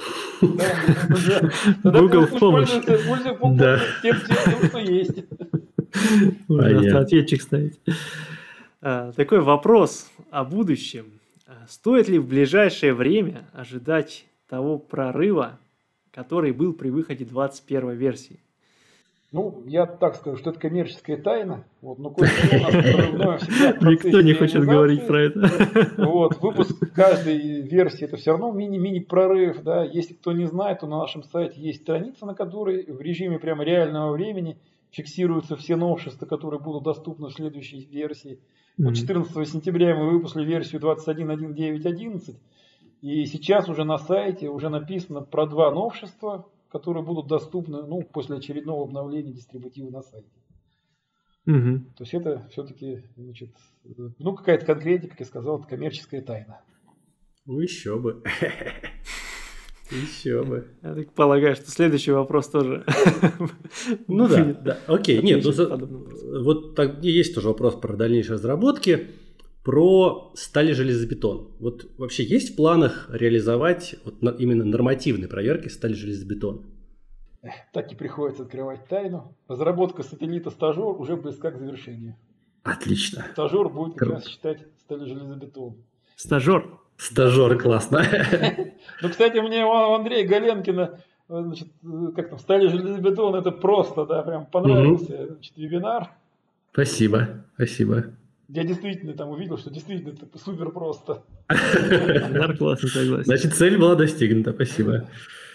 Google в помощь. Пользуется тем, что есть. Можно ответчик ставить. Такой вопрос о будущем. Стоит ли в ближайшее время ожидать того прорыва, который был при выходе 21 версии? Ну, я так скажу, что это коммерческая тайна. Вот, но кое-что у нас прорывное всегда в процессе никто не хочет говорить про это. Вот, выпуск каждой версии это все равно мини-прорыв. Да. Если кто не знает, то на нашем сайте есть страница, на которой в режиме прямо реального времени фиксируются все новшества, которые будут доступны в следующей версии. Вот 14 сентября мы выпустили версию 21.1.9.11. И сейчас уже на сайте уже написано про 2 новшества, которые будут доступны, ну, после очередного обновления дистрибутива на сайте. То есть это все-таки, значит, ну, какая-то конкретика, как я сказал, это коммерческая тайна. Ну, еще бы. Еще бы. Я так полагаю, что следующий вопрос тоже. Ну да, окей. Нет, вот есть тоже вопрос про дальнейшие разработки. Про сталь и железобетон. Вот вообще есть в планах реализовать вот именно нормативные проверки сталь и железобетон? Так и приходится открывать тайну. Разработка сателлита «Стажер» уже близка к завершению. Отлично. «Стажер» будет как раз считать сталь и железобетон. Стажер, классно. Ну, кстати, мне у Андрея Галенкина, значит, как там, сталь и железобетон, это просто, да, прям понравился, значит, вебинар. Спасибо. Я действительно там увидел, что действительно это супер просто. Классно, согласен. Значит, цель была достигнута. Спасибо.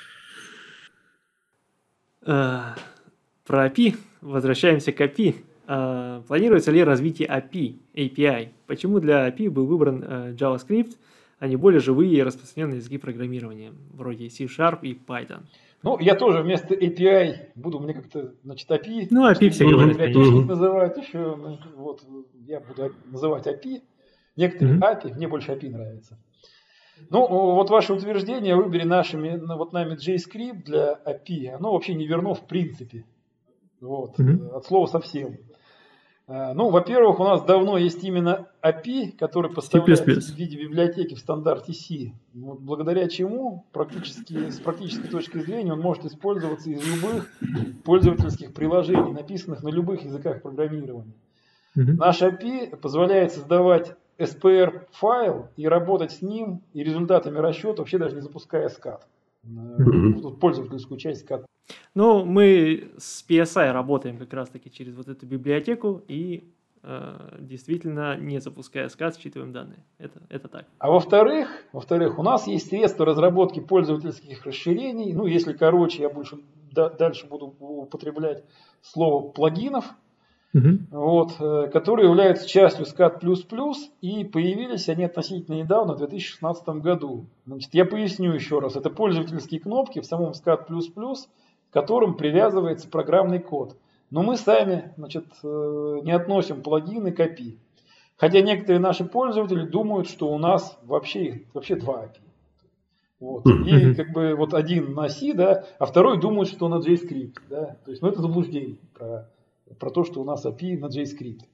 Про API. Возвращаемся к API. Планируется ли развитие API? Почему для API был выбран JavaScript, а не более живые и распространенные языки программирования, вроде C# и Python? Ну, я тоже вместо API буду, мне как-то, значит, API. Ну, API все говорят. Библиотечник называют еще, вот, я буду называть API. Некоторые API, мне больше API нравится. Ну, вот ваше утверждение о выборе нами JScript для API, оно вообще не верно в принципе. Вот, от слова совсем. Ну, во-первых, у нас давно есть именно API, который поставляется в виде библиотеки в стандарте C, вот, благодаря чему с практической точки зрения он может использоваться из любых пользовательских приложений, написанных на любых языках программирования. Наш API позволяет создавать SPR-файл и работать с ним и результатами расчета, вообще даже не запуская скат. Пользовательскую часть скат. Ну, мы с PSI работаем как раз-таки через вот эту библиотеку и действительно, не запуская скат, считываем данные. Это так. А во-вторых, у нас есть средства разработки пользовательских расширений. Ну, если короче, я дальше буду употреблять слово плагинов. Вот, которые являются частью SCAD++, и появились они относительно недавно, в 2016 году. Значит, я поясню еще раз. Это пользовательские кнопки в самом SCAD++, к которым привязывается программный код. Но мы сами, значит, не относим плагины к API. Хотя некоторые наши пользователи думают, что у нас вообще 2 API. Вот. И как бы вот один на C, да, а второй думает, что на JScript. Да. То есть, это заблуждение про то, что у нас API на JScript.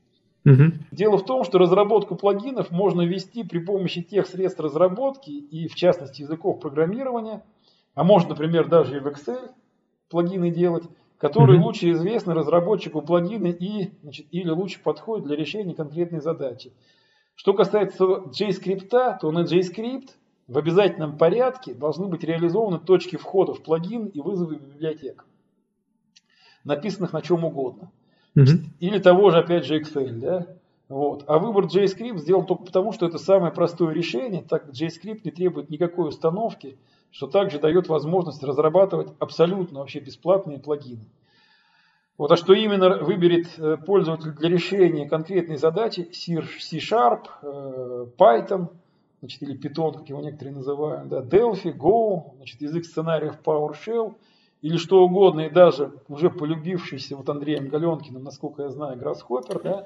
Дело в том, что разработку плагинов можно вести при помощи тех средств разработки и, в частности, языков программирования, а можно, например, даже и в Excel плагины делать, которые лучше известны разработчику плагина или лучше подходят для решения конкретной задачи. Что касается JScript, то на JScript в обязательном порядке должны быть реализованы точки входа в плагин и вызовы библиотек, написанных на чем угодно. Или того же, опять же, Excel. Да? Вот. А выбор JScript сделан только потому, что это самое простое решение, так как JScript не требует никакой установки, что также дает возможность разрабатывать абсолютно вообще бесплатные плагины. Вот, а что именно выберет пользователь для решения конкретной задачи, C-Sharp, Python, или Python, как его некоторые называют, да, Delphi, Go, язык сценариев PowerShell, или что угодно, и даже уже полюбившийся Андреем Галенкиным, насколько я знаю, Grasshopper,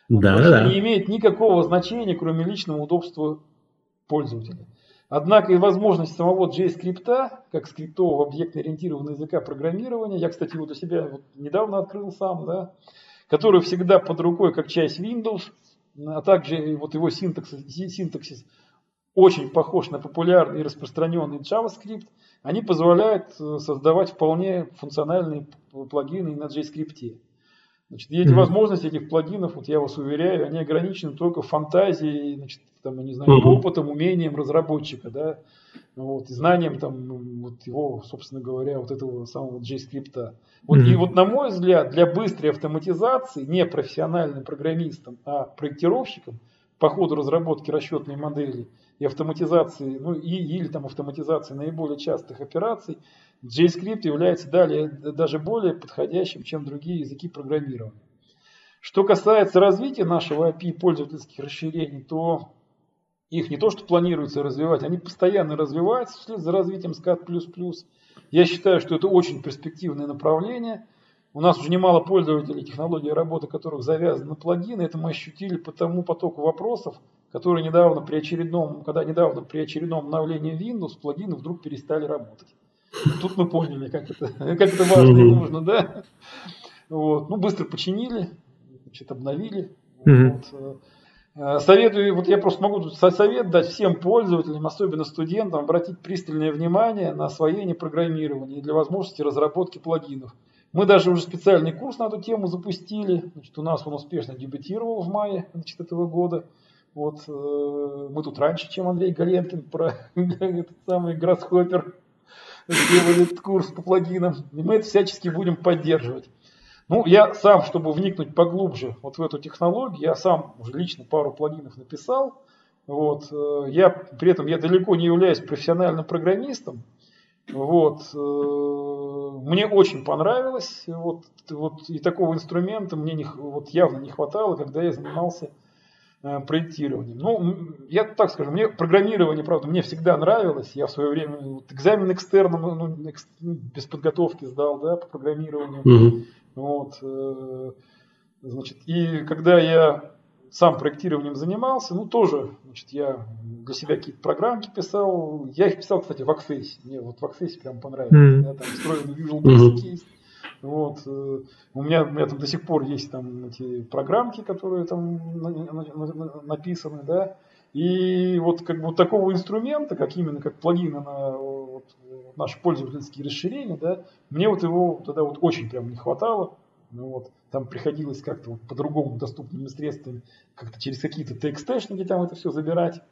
не имеет никакого значения, кроме личного удобства пользователя. Однако и возможность самого JScript, как скриптового объектно-ориентированного языка программирования, я, кстати, для себя недавно открыл сам, который всегда под рукой как часть Windows, а также его синтаксис очень похож на популярный и распространенный JavaScript, они позволяют создавать вполне функциональные плагины на JScript. И эти возможности этих плагинов, я вас уверяю, они ограничены только фантазией, опытом, умением разработчика, и знанием его, собственно говоря, этого самого JScript. И на мой взгляд, для быстрой автоматизации не профессиональным программистам, а проектировщикам по ходу разработки расчетной модели и автоматизации, или автоматизации наиболее частых операций, JScript является даже более подходящим, чем другие языки программирования. Что касается развития нашего API пользовательских расширений, то их не то что планируется развивать, они постоянно развиваются вслед за развитием SCAD++. Я считаю, что это очень перспективное направление. У нас уже немало пользователей, технологии работы которых завязаны на плагины. Это мы ощутили по тому потоку вопросов, которые недавно при очередном обновлении Windows плагины вдруг перестали работать. Тут мы поняли, как это важно и нужно, да? Быстро починили, обновили. Советую, я просто могу совет дать всем пользователям, особенно студентам, обратить пристальное внимание на освоение программирования и для возможности разработки плагинов. Мы даже уже специальный курс на эту тему запустили. У нас он успешно дебютировал в мае этого года. Мы тут раньше, чем Андрей Галенкин, про этот самый Grasshopper сделали этот курс по плагинам. И мы это всячески будем поддерживать. Я сам, чтобы вникнуть поглубже в эту технологию, я сам уже лично пару плагинов написал. При этом я далеко не являюсь профессиональным программистом. Мне очень понравилось. И такого инструмента мне явно не хватало, когда я занимался проектированием. Я так скажу, мне программирование, правда, мне всегда нравилось. Я в свое время экзамен экстерном, без подготовки сдал, по программированию. И когда я сам проектированием занимался, тоже, я для себя какие-то программки писал. Я их писал, кстати, в Access. Мне в Access прям понравилось. Там встроенный Visual Basic есть. У меня там до сих пор есть эти программки, которые там написаны, И такого инструмента, как плагины на наши пользовательские расширения, мне его тогда очень прям не хватало. Там приходилось как-то по-другому доступными средствами, как-то через какие-то TXT-шники там это все забирать.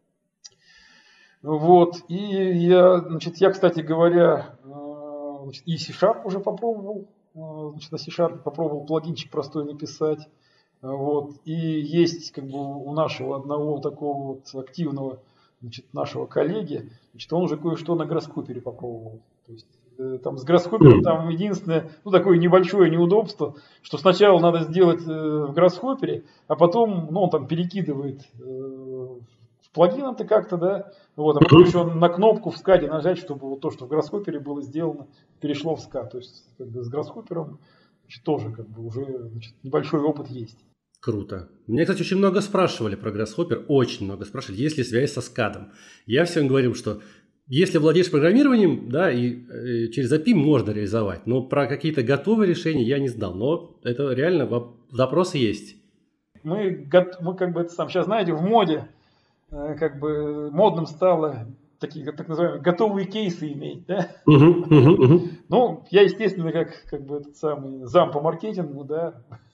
И я, кстати говоря, и C-Sharp уже попробовал. На C-Sharp попробовал плагинчик простой написать. И есть у нашего одного такого активного нашего коллеги, он уже кое-что на Grasshopper попробовал. То есть, там с Grasshopper там единственное, такое небольшое неудобство, что сначала надо сделать в Grasshopper, а потом, он там перекидывает в плагин-то как-то, а потом еще на кнопку в SCAD нажать, чтобы то, что в Grasshopper было сделано, перешло в SCAD. То есть, с Grasshopper тоже уже небольшой опыт есть. Круто. Меня, кстати, очень много спрашивали про Grasshopper, очень много спрашивали, есть ли связь со SCAD. Я всем говорил, что если владеешь программированием, и через API можно реализовать, но про какие-то готовые решения я не знал. Но это реально запросы есть. мы как бы это сейчас, знаете, в моде, как бы модным стало такие так называемые готовые кейсы иметь, да? Ну, я, естественно, как бы этот самый зам по маркетингу, да,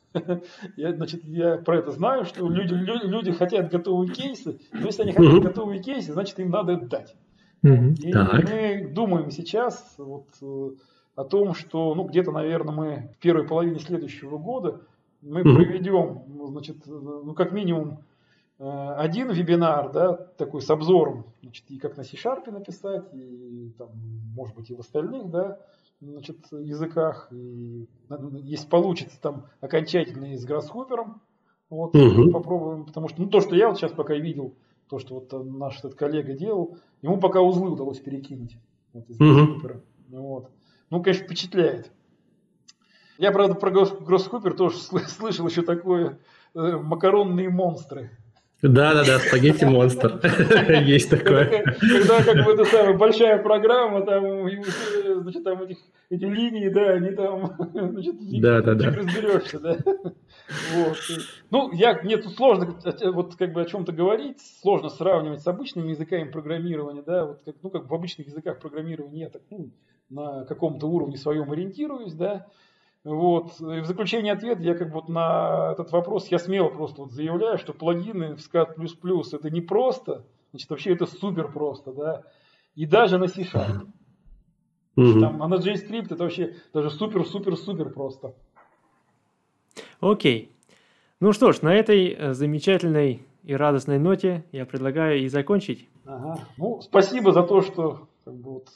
я про это знаю, что люди хотят готовые кейсы, но если они хотят готовые кейсы, значит, им надо это дать. И мы думаем сейчас вот о том, что, ну, где-то, наверное, мы в первой половине следующего года мы проведем, значит, ну, как минимум один вебинар, да, такой с обзором, значит, и как на C# написать, и там, может быть, и в остальных, да, значит, языках, и если получится там окончательно с Grasshopper, вот, попробуем, потому что, ну, то, что я вот сейчас пока видел, то, что вот наш этот коллега делал, ему пока узлы удалось перекинуть, вот, из Grasshopper, вот. Ну, конечно, впечатляет. Я, правда, про Grasshopper тоже слышал еще такое, макаронные монстры. Да, спагетти монстр. Есть такое. Когда как бы это самая большая программа, там, значит, там эти линии, да, они там, значит, фиг разберешься, да. Вот. Ну, мне тут сложно вот как бы о чем-то говорить, сложно сравнивать с обычными языками программирования, да, вот как в обычных языках программирования я так, ну, на каком-то уровне своем ориентируюсь, да. Вот. И в заключение ответа я как бы вот на этот вопрос я смело просто вот заявляю, что плагины в SCAD++ это не просто, значит, вообще это супер просто, да, и даже на C#. Там, а на JScript это вообще даже супер просто. Окей. Ну что ж, на этой замечательной и радостной ноте я предлагаю и закончить. Ага. Ну, спасибо за то, что как бы вот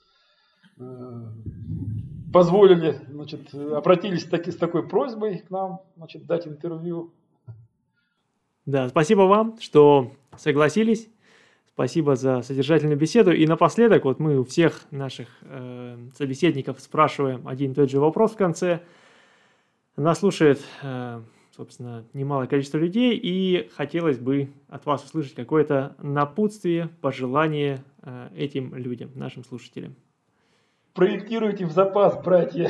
позволили, значит, обратились с такой просьбой к нам, значит, дать интервью. Да, спасибо вам, что согласились. Спасибо за содержательную беседу. И напоследок, вот мы у всех наших собеседников спрашиваем один и тот же вопрос в конце. Нас слушает, собственно, немалое количество людей, и хотелось бы от вас услышать какое-то напутствие, пожелание этим людям, нашим слушателям. Проектируйте в запас, братья.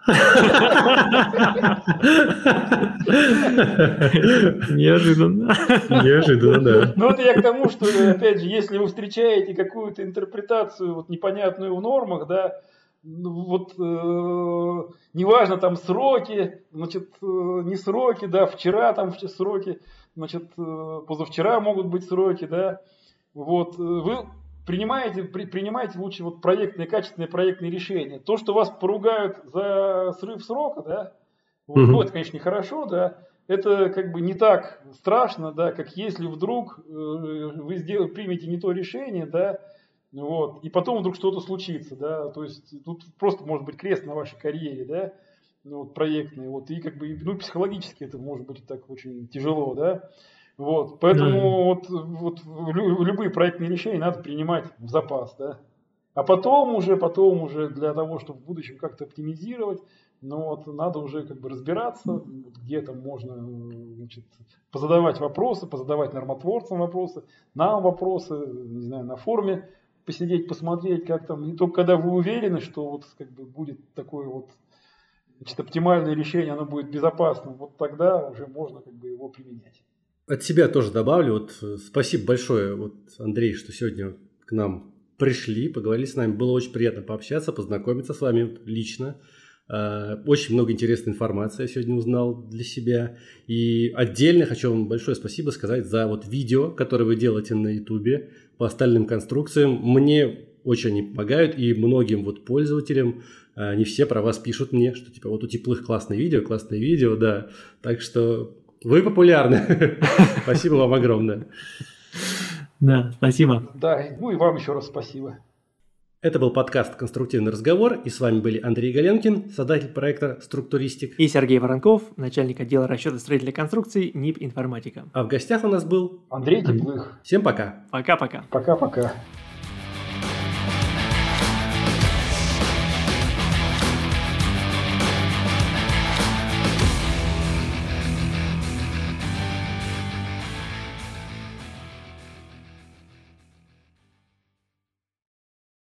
Неожиданно. Неожиданно, да. Ну, это я к тому, что, опять же, если вы встречаете какую-то интерпретацию вот непонятную в нормах, да, вот неважно там сроки, значит, не сроки, да, вчера там сроки, значит, позавчера могут быть сроки, да, вот, вы принимайте лучше вот качественные проектные решения. То, что вас поругают за срыв срока, да, вот, ну, это, конечно, нехорошо, да, это как бы не так страшно, да, как если вдруг вы примете не то решение, да, вот, и потом вдруг что-то случится, да, то есть тут просто может быть крест на вашей карьере, да, вот, проектной, вот, и как бы, ну, психологически это может быть так очень тяжело, да. Вот, поэтому вот любые проектные решения надо принимать в запас, да. А потом уже для того, чтобы в будущем как-то оптимизировать, ну вот, надо уже как бы разбираться, где там можно, значит, позадавать вопросы, позадавать нормотворцам вопросы, нам вопросы, не знаю, на форуме посидеть, посмотреть, как там. И только когда вы уверены, что вот как бы будет такое вот, значит, оптимальное решение, оно будет безопасным, вот тогда уже можно как бы его применять. От себя тоже добавлю. Вот спасибо большое, вот, Андрей, что сегодня к нам пришли, поговорили с нами. Было очень приятно пообщаться, познакомиться с вами лично. Очень много интересной информации я сегодня узнал для себя. И отдельно хочу вам большое спасибо сказать за вот видео, которое вы делаете на YouTube по остальным конструкциям. Мне очень они помогают, и многим вот пользователям, не все про вас пишут мне, что типа вот у теплых классное видео, да. Так что вы популярны. Спасибо вам огромное. Да, спасибо. Да, ну и вам еще раз спасибо. Это был подкаст «Конструктивный разговор», и с вами были Андрей Галенкин, создатель проекта «Структуристик», и Сергей Воронков, начальник отдела расчета строительной конструкции НИП «Информатика». А в гостях у нас был Андрей Теплых. Всем пока. Пока-пока. Пока-пока.